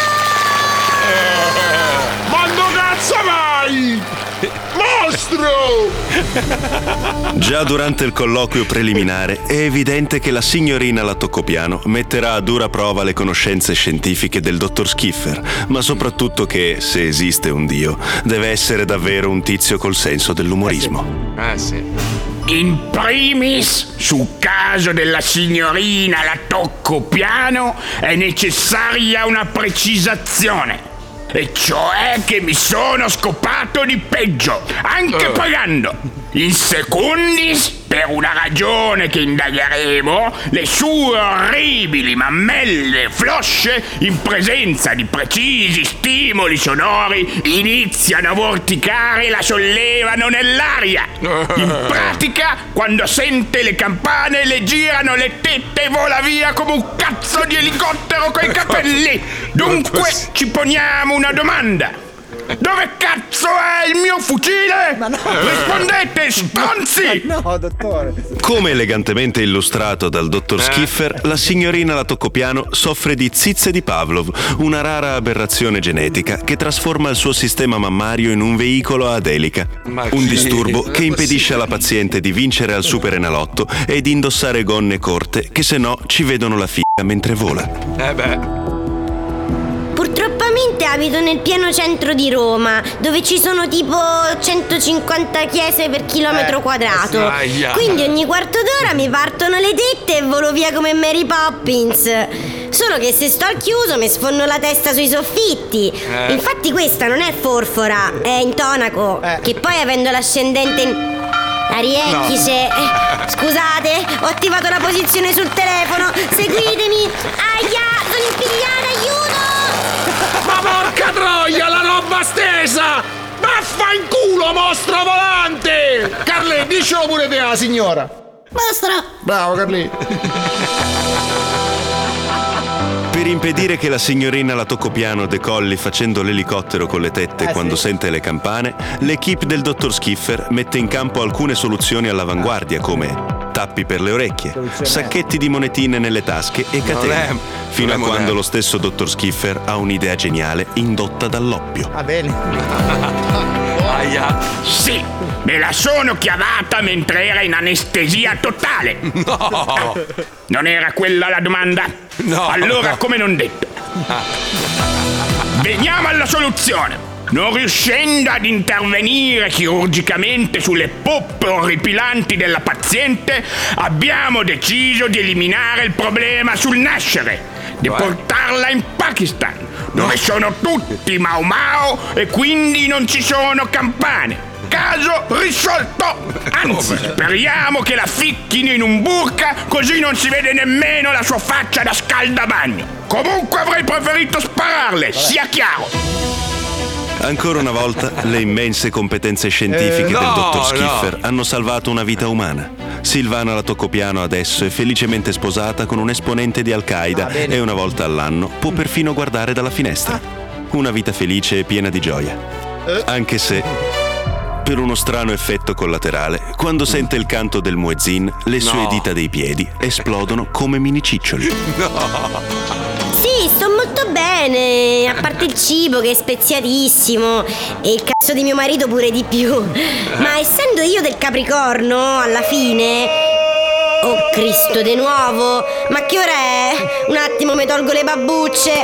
Ma dove cazzo vai? Mostro! Già durante il colloquio preliminare è evidente che la signorina la Toccopiano metterà a dura prova le conoscenze scientifiche del dottor Schiffer, ma soprattutto che, se esiste un dio, deve essere davvero un tizio col senso dell'umorismo. In primis, sul caso della signorina la Toccopiano è necessaria una precisazione. E cioè che mi sono scopato di peggio, anche pagando. In secundis, per una ragione che indagheremo, le sue orribili mammelle flosce, in presenza di precisi stimoli sonori, iniziano a vorticare e la sollevano nell'aria. In pratica, quando sente le campane, le girano le tette e vola via come un cazzo di elicottero coi capelli. Dunque, ci poniamo una domanda. Dove cazzo è il mio fucile? Rispondete, stronzi! No, dottore. Come elegantemente illustrato dal dottor Schiffer, la signorina la Toccopiano soffre di zizze di Pavlov, una rara aberrazione genetica che trasforma il suo sistema mammario in un veicolo ad elica. Un disturbo che impedisce alla paziente di vincere al Superenalotto e di indossare gonne corte che se no ci vedono la figa mentre vola. Purtroppamente abito nel pieno centro di Roma, dove ci sono tipo 150 chiese per chilometro quadrato. Quindi ogni quarto d'ora mi partono le tette e volo via come Mary Poppins. Solo che se sto al chiuso mi sfonno la testa sui soffitti. Infatti questa non è forfora, è intonaco. Che poi avendo l'ascendente in Ariecchise. Scusate, ho attivato la posizione sul telefono. Seguitemi. Aia, sono impigliata, aiuto! Ma porca troia, la roba stesa! Vaffanculo, mostro volante! Carlè, dicelo pure te alla signora. Mostro! Bravo, Carlè. Per impedire che la signorina la toccopiano decolli facendo l'elicottero con le tette quando sente le campane, l'equipe del dottor Skiffer mette in campo alcune soluzioni all'avanguardia come tappi per le orecchie, sacchetti di monetine nelle tasche e catene, fino a quando lo stesso dottor Skiffer ha un'idea geniale indotta dall'oppio. Va bene. Sì, me la sono chiavata mentre era in anestesia totale. No! Non era quella la domanda? No. Allora, come non detto. Veniamo alla soluzione. Non riuscendo ad intervenire chirurgicamente sulle poppe orripilanti della paziente, abbiamo deciso di eliminare il problema sul nascere, di portarla in Pakistan, dove sono tutti Mau Mau e quindi non ci sono campane. Caso risolto! Anzi, speriamo che la ficchino in un burka, così non si vede nemmeno la sua faccia da scaldabagno. Comunque avrei preferito spararle, sia chiaro. Ancora una volta, le immense competenze scientifiche del dottor Skiffer hanno salvato una vita umana. Silvana la toccopiano adesso è felicemente sposata con un esponente di Al-Qaeda e una volta all'anno può perfino guardare dalla finestra. Una vita felice e piena di gioia. Anche se, per uno strano effetto collaterale, quando sente il canto del muezzin, le sue dita dei piedi esplodono come mini ciccioli. Sì, sto molto bene, a parte il cibo che è speziatissimo e il cazzo di mio marito pure di più. Ma essendo io del Capricorno, alla fine... Oh Cristo, de nuovo? Ma che ora è? Un attimo, mi tolgo le babbucce.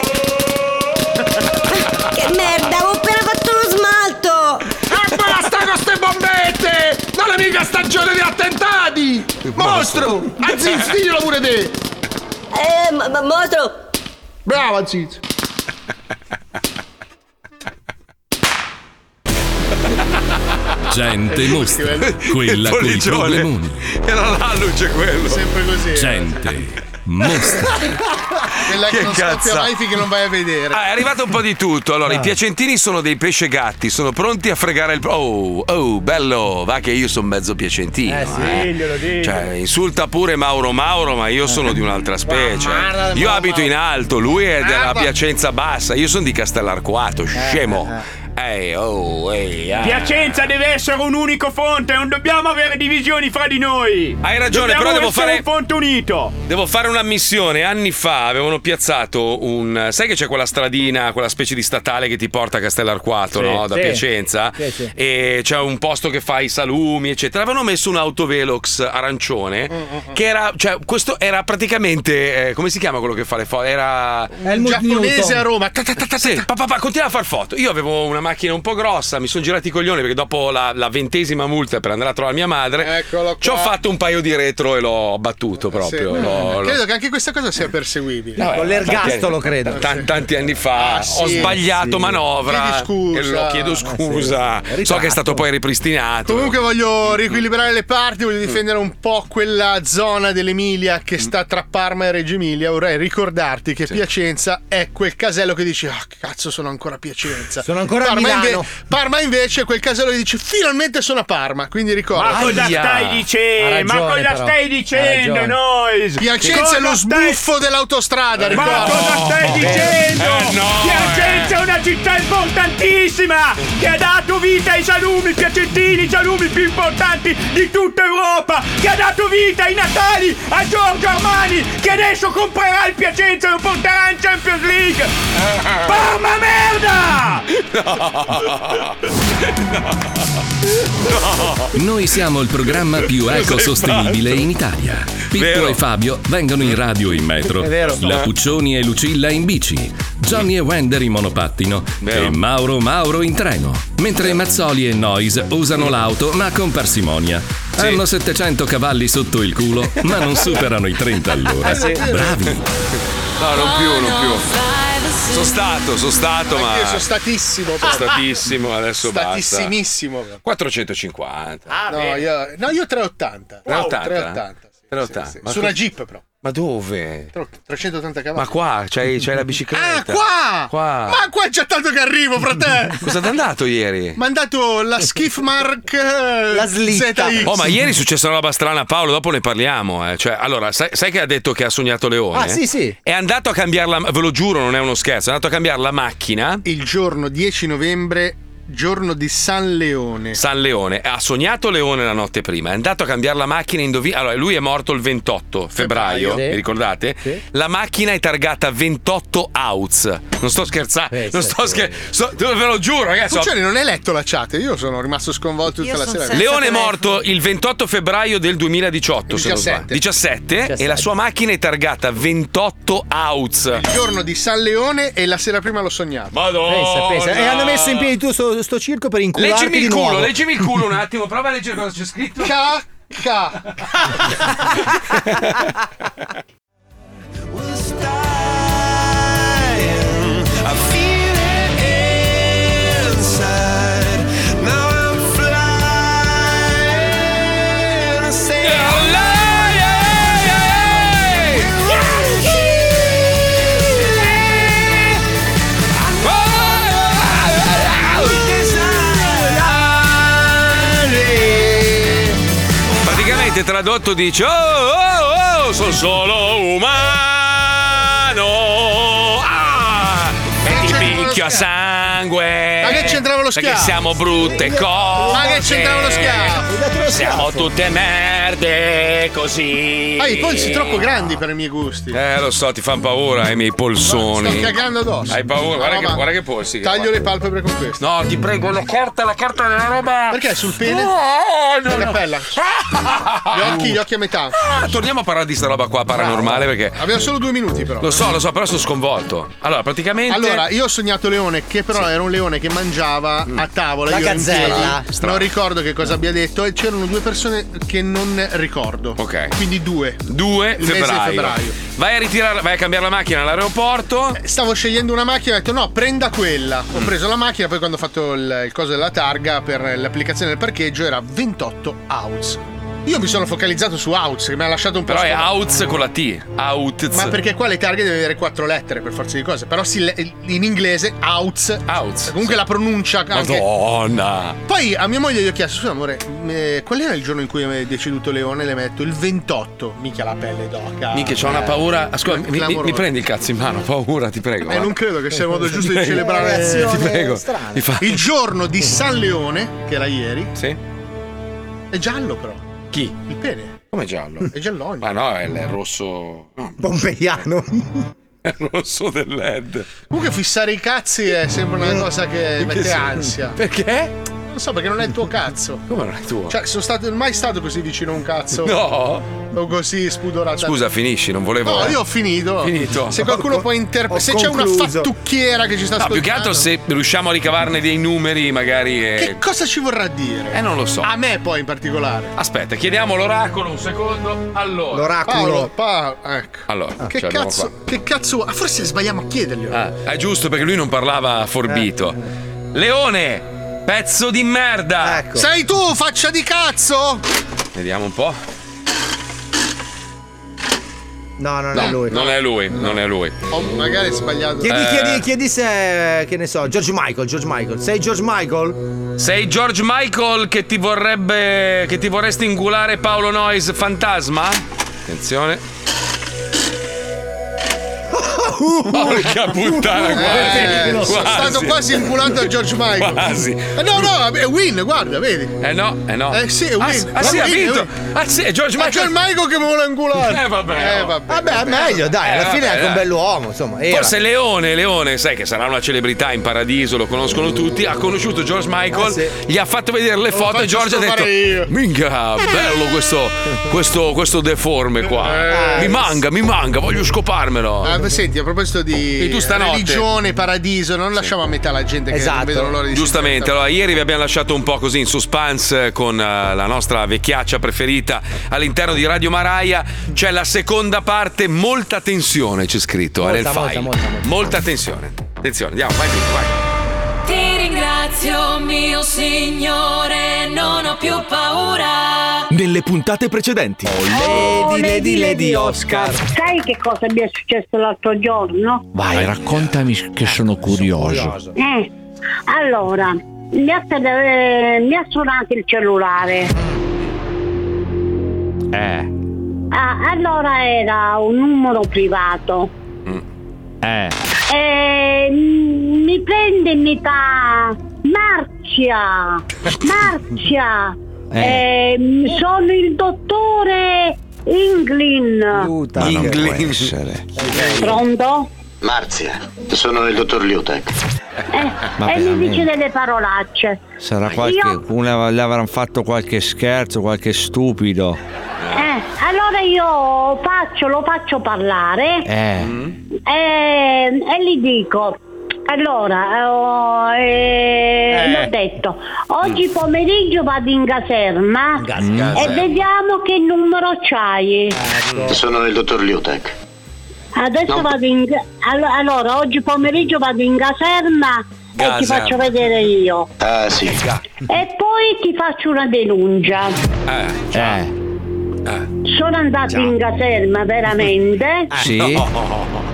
Che merda, ho appena fatto lo smalto. E basta con ste bombette! Non è mica stagione di attentati! Mostro! Aziz, diglielo pure te! Mostro! Bravo, Aziz! Gente mostra, quella con i problemoni. E non ha luce quello. Sempre così. Gente mostra. Quella che non scoppia mai finché non vai a vedere. È arrivato un po' di tutto. Allora, i piacentini sono dei pesce gatti, sono pronti a fregare il... Oh, bello, va che io sono mezzo piacentino. Glielo dico. Cioè, insulta pure Mauro, ma io sono di un'altra specie. Io abito in alto, lui è della Piacenza bassa, io sono di Castellarquato, scemo. Piacenza deve essere un unico fonte, non dobbiamo avere divisioni fra di noi. Hai ragione, dobbiamo però devo essere fare un fonte unito. Devo fare una missione. Anni fa avevano piazzato un... Sai che c'è quella stradina, quella specie di statale che ti porta a Castellarquato, no? Da Piacenza. Sì. E c'è un posto che fa i salumi, eccetera. Avevano messo un autovelox arancione che era... Cioè, questo era praticamente... come si chiama quello che fa le foto? Era... È il giapponese a Roma. Sì, papà, continua a far foto. Io avevo una macchina un po' grossa, mi sono girati i coglioni perché dopo la 20ª multa per andare a trovare mia madre ci ho fatto un paio di retro e l'ho abbattuto proprio. Credo che anche questa cosa sia perseguibile. Con l'ergastolo, credo. Tanti anni fa ho sbagliato manovra. Chiedo scusa. So che è stato poi ripristinato. Comunque voglio riequilibrare le parti, voglio difendere un po' quella zona dell'Emilia che sta tra Parma e Reggio Emilia. Vorrei ricordarti che Piacenza è quel casello che dici cazzo, sono ancora a Piacenza. Sono ancora a Milano. Parma invece è quel casello che dici finalmente sono a Parma, quindi ricorda. Ma cosa stai dicendo? Noi? Piacenza è lo sbuffo dell'autostrada, ricorda. Ma cosa stai dicendo? Piacenza è una città importantissima che ha dato vita ai salumi piacentini, i salumi più importanti di tutta Europa, che ha dato vita ai Natali a Giorgio Armani, che adesso comprerà il Piacenza e lo porterà in Champions League. Parma merda! Noi siamo il programma più ecosostenibile in Italia. Pippo e Fabio vengono in radio in metro, la Puccioni e Lucilla in bici, Johnny e Wender in monopattino e Mauro in treno, mentre Mazzoli e Noise usano l'auto ma con parsimonia. Hanno 700 cavalli sotto il culo ma non superano i 30 all'ora. Bravi. No, non più. Sono stato, ma. Io sono statissimo. Adesso basta. Statissimissimo. 450. No, io 380. 380. Sì. Su una Jeep, però. Ma dove? 380 cavalli. Ma qua c'hai la bicicletta. Qua! Ma qua è già tanto che arrivo, fratello! Cosa ti è andato ieri? Mi ha andato la Skiffmark la slitta. ZX. Oh, ma ieri è successa una roba strana, Paolo, dopo ne parliamo. Cioè, allora, sai che ha detto che ha sognato Leone? Ah, sì. È andato a cambiarla, ve lo giuro, non è uno scherzo, è andato a cambiare la macchina. Il giorno 10 novembre, giorno di San Leone. Ha sognato Leone la notte prima, è andato a cambiare la macchina, allora lui è morto il 28 febbraio, sì. Vi ricordate? Sì. La macchina è targata 28 Outs. Non sto scherzando, ve lo giuro, ragazzi. Puccioni, non hai letto la chat? Io sono rimasto sconvolto tutta la sera. Leone è morto il 28 febbraio del 2018, 17 e la sua macchina è targata 28 Outs. Il giorno di San Leone e la sera prima l'ho sognato. Madonna. Pensa. E hanno messo in piedi tu sto circo per incularti di nuovo. Leggimi il culo un attimo, prova a leggere cosa c'è scritto. Tradotto dice sono solo umano e ti picchio a sangue. Ma che c'entrava lo schiaffo? Perché siamo brutte cose. Ma che c'entrava lo schiaffo? Siamo tutte merde così. Hai i polsi troppo grandi per i miei gusti. Lo so, ti fanno paura i miei polsoni. Sto cagando addosso. Hai paura? Guarda che polsi. Taglio le palpebre con questo. No, ti prego, la carta della roba. Perché sul pene? La cappella. Gli occhi a metà. Torniamo a parlare di sta roba qua paranormale perché abbiamo solo 2 minuti però. Lo so, però sono sconvolto. Allora, praticamente. Allora, io ho sognato Leone, che però era un leone che mangiava a tavola. La gazzella. Non ricordo che cosa abbia detto. E c'erano 2 persone che non ricordo. Ok. Quindi 2 febbraio. Vai a cambiare la macchina all'aeroporto. Stavo scegliendo una macchina e ho detto no, prenda quella. Ho preso la macchina, poi quando ho fatto il coso della targa per l'applicazione del parcheggio era 28 Outs. Io mi sono focalizzato su Outs, che mi ha lasciato un po'. Però è Outs con la T. Outs. Ma perché qua le targhe deve avere 4 lettere per forza di cose. Però in inglese Outs. Comunque la pronuncia anche. Madonna. Poi a mia moglie gli ho chiesto: scusa amore, qual era il giorno in cui è deceduto Leone? Le metto il 28. Minchia la pelle d'oca. Minchia, c'ho una paura. Ascolta, mi prendi il cazzo in mano, paura, ti prego. Non credo che sia il modo giusto di celebrare. Ti prego. Il giorno di San Leone, che era ieri. Sì. È giallo però. Chi? Il pene. Come giallo? È giallogno. Ma no, è il rosso. Pompeiano. È il rosso del LED. Comunque fissare i cazzi è sempre una cosa che mette ansia. Perché? Non so, perché non è il tuo cazzo. Come non è tuo? Cioè, mai stato così vicino a un cazzo? No. O così spudorato. Scusa, finisci, non volevo. No, io ho finito. Se qualcuno può interpretare. Se c'è una fattucchiera che ci sta ascoltando. Più che altro se riusciamo a ricavarne dei numeri, magari. Che cosa ci vorrà dire? Non lo so. A me poi in particolare. Aspetta, chiediamo l'oracolo un secondo. Allora. L'oracolo. Ecco. Allora. Che cazzo? Forse sbagliamo a chiederglielo. È giusto perché lui non parlava forbito. Leone! Pezzo di merda! Ecco. Sei tu, faccia di cazzo! Vediamo un po'. No, non è lui. Non è lui. Ho magari sbagliato. Chiedi se, che ne so, George Michael. Sei George Michael? Sei George Michael che ti vorresti ingulare Paolo Noyes fantasma? Attenzione. Porca puttana, quasi. Sono stato quasi inculato a George Michael. Quasi. No, è Win, guarda, vedi. No. Sì, è Win. Sì, ha vinto. Sì, è George Michael. È George Michael che mi vuole ingulare. Vabbè, meglio, dai, alla fine è anche un bell'uomo, insomma. Forse Leone, sai che sarà una celebrità in paradiso, lo conoscono tutti, ha conosciuto George Michael, gli ha fatto vedere le foto e George ha detto minchia, bello questo deforme qua. Mi manca, voglio scoparmelo. Senti, a proposito di tu stanotte. religione, paradiso, non lasciamo a metà la gente che non vedono l'ora di Giustamente, allora ieri vi abbiamo lasciato un po' così in suspense con la nostra vecchiaccia preferita all'interno di Radio Maraia. C'è la seconda parte, molta tensione c'è scritto nel file. Molta tensione. Attenzione, andiamo, vai. Ti ringrazio, mio Signore, non ho più paura. Nelle puntate precedenti. Lady Oscar. Sai che cosa mi è successo l'altro giorno? Vai, raccontami che sono curioso. Allora, mi ha suonato il cellulare. Allora era un numero privato. Mi prende e mi fa Marzia. Sono il dottore Inglin. Pronto? Marzia, sono il dottor Liutek. E mi dice delle parolacce. Sarà qualche. Le avranno fatto qualche scherzo, qualche stupido. Allora io lo faccio parlare e gli dico. Allora, l'ho detto, oggi pomeriggio vado in caserma e vediamo che numero c'hai. Sono il dottor Liutek. Adesso vado allora, oggi pomeriggio vado in caserma e ti faccio vedere io. Sì. E poi ti faccio una denuncia. Sono andato in caserma veramente. Sì.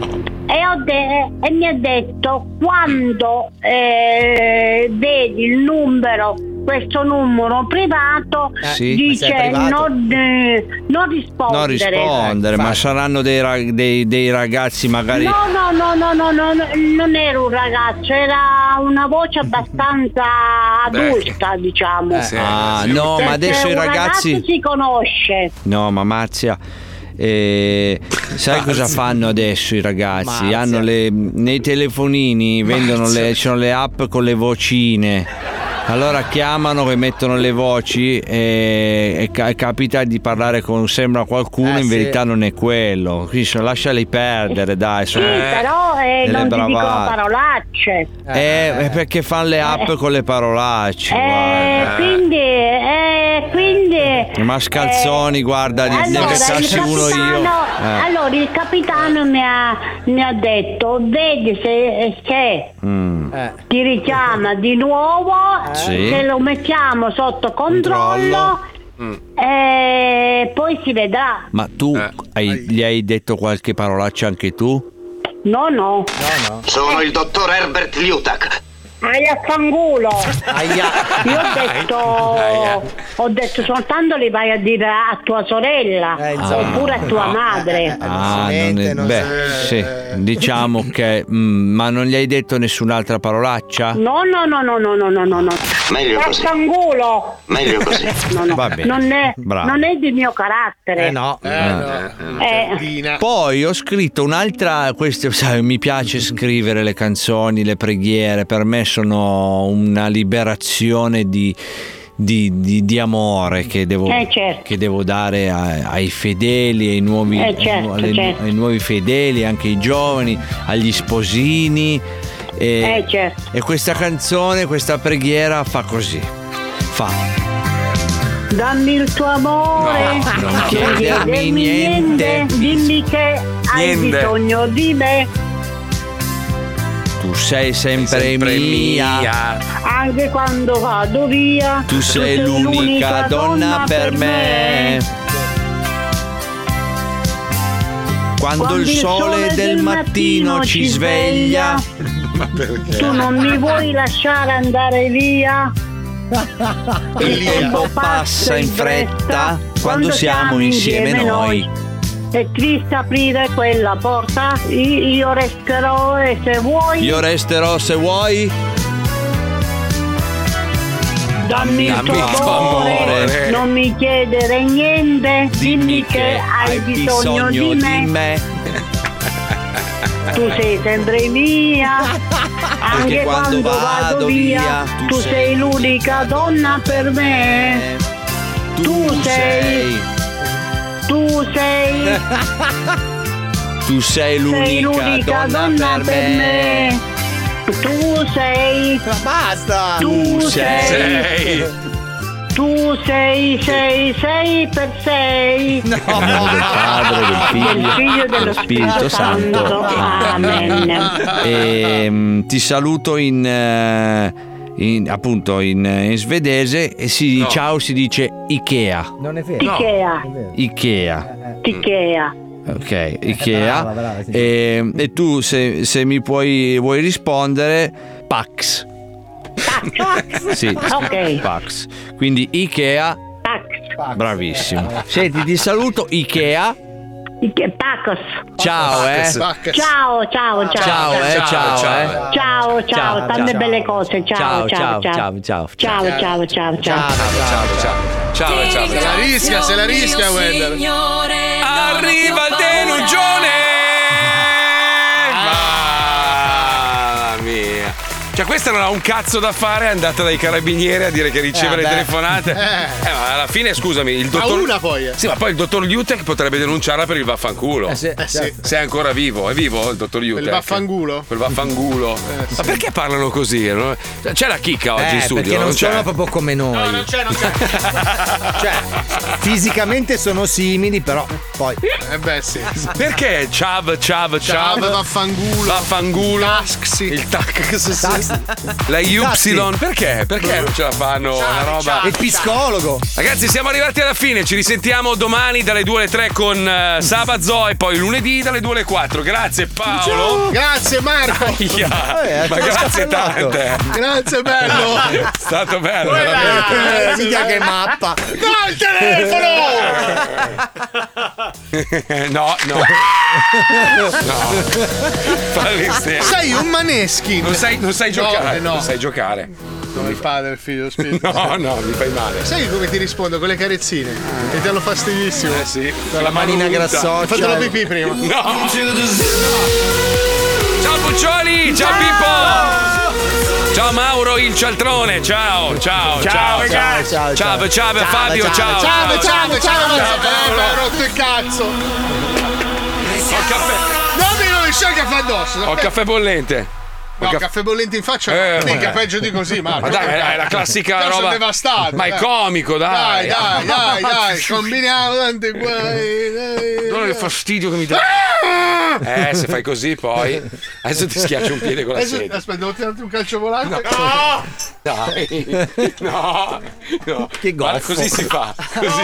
E mi ha detto quando vedi il numero, questo numero privato, dice privato. Non rispondere. Ma saranno dei ragazzi magari. No, non era un ragazzo, era una voce abbastanza adulta, diciamo. No, ma adesso i ragazzi si conosce. No, ma Marzia, sai cosa fanno adesso i ragazzi? Hanno nei telefonini vendono ci sono le app con le vocine. Allora chiamano e mettono le voci e capita di parlare con sembra qualcuno, in verità non è quello. Quindi lasciali perdere, dai. Sì, però non ti dicono parolacce. Perché fanno le app con le parolacce. Quindi mascalzoni, guarda, ne pensassi uno io. Allora il capitano mi ha detto, vedi se ti richiama di nuovo, se lo mettiamo sotto controllo. E poi si vedrà. Ma tu gli hai detto qualche parolaccia anche tu? No. Sono il dottor Herbert Liutek. Aia fangulo. Io ho detto soltanto li vai a dire a tua sorella oppure a tua madre. Sì, diciamo che ma non gli hai detto nessun'altra parolaccia? No. Meglio così. Fangulo. Meglio così. Va bene. Non è di mio carattere. Poi ho scritto un'altra, mi piace scrivere le canzoni, le preghiere, per me sono una liberazione di amore che devo dare ai fedeli, ai nuovi, ai nuovi fedeli, anche ai giovani, agli sposini. E questa canzone, questa preghiera fa così. Dammi il tuo amore, non chiedermi niente, dimmi che hai bisogno di me. Tu sei sempre mia, anche quando vado via. Tu sei l'unica donna per me. Quando il sole del mattino ci sveglia, tu non mi vuoi lasciare andare via. Il tempo passa in fretta quando siamo insieme noi. È triste aprire quella porta. Io resterò se vuoi. Dammi il tuo amore, non mi chiedere niente. Dimmi che hai bisogno di me. Tu sei sempre mia, anche quando vado via. Tu sei l'unica donna per me. Tu sei Tu sei l'unica donna per me. Tu sei. Ma basta! Tu sei. Tu sei per sei. No. Del Padre, del Figlio, dello Spirito Santo. Amen. E ti saluto appunto in svedese e ciao si dice Ikea. Non è vero. Ikea. Ok, Ikea. Brava, sì. E tu se mi vuoi rispondere, Pax. Sì, ok. Pax. Quindi Ikea. Pax. Bravissimo. Senti, ti saluto Ikea. Pacos. Ciao, Ciao. Ciao. Tante belle cose. Ciao. Se la rischia, Wender. Arriva il denugione! Mamma mia. Cioè, questa non ha un cazzo da fare, è andata dai carabinieri a dire che riceve le telefonate. Ma alla fine, scusami, il dottor. Ma una poi. Sì, ma poi il dottor Liutek potrebbe denunciarla per il vaffanculo. Sì. Se è ancora vivo. È vivo il dottor Liutek? Il vaffangulo? Quel vaffangulo. Ma perché parlano così? C'è la chicca oggi in studio? Perché non sono proprio come noi. No, non c'è. Cioè, fisicamente sono simili, però poi. Sì. Perché? Ciao, vaffangulo. Taxi. Il taxi. La Y. Perché? Perché non ce la fanno? Una roba. Il psicologo. Ragazzi, siamo arrivati alla fine. Ci risentiamo domani dalle 2 alle 3 con Sabazo e poi lunedì dalle 2 alle 4. Grazie Paolo. Grazie Marco. Ma grazie tante. Grazie bello. È stato bello, veramente. Mica che mappa. No, il telefono. No. Falli stare. Sei un Maneskin. Non sai giocare. No. Non sai giocare. Come il padre, il figlio, lo spirito. No, mi fai male. Sai come ti rispondo con le carezzine? Che ti hanno fastidissimo. Sì. Con la manina grassoccia. Fatelo pipì prima. No. Ciao Puccioli, ciao Pippo. Ciao Mauro il cialtrone. Ciao ragazzi. Ciao Fabio, ciao. Ciao. Ho rotto il cazzo. Ho caffè. Non mi rovesciare il caffè addosso. Ho caffè bollente. No, caffè bollente in faccia. Mica peggio di così, Marco. Ma dai, è la classica roba. Sono devastato. Ma è comico, dai. Dai. Combiniamo tante guai. Non il fastidio che mi dà. Se fai così poi. Adesso ti schiaccio un piede con la sedia. Aspetta, devo tirarti un calcio volante. No! Dai. No. Che goffo. Così si fa.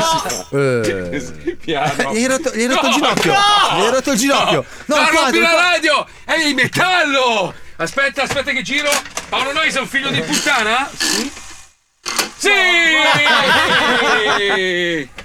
Piano. Gli hai rotto il ginocchio. Gli hai rotto il ginocchio. No, rompi la radio! È di metallo! Aspetta che giro. Paolo Noi sei un figlio di puttana? Sì!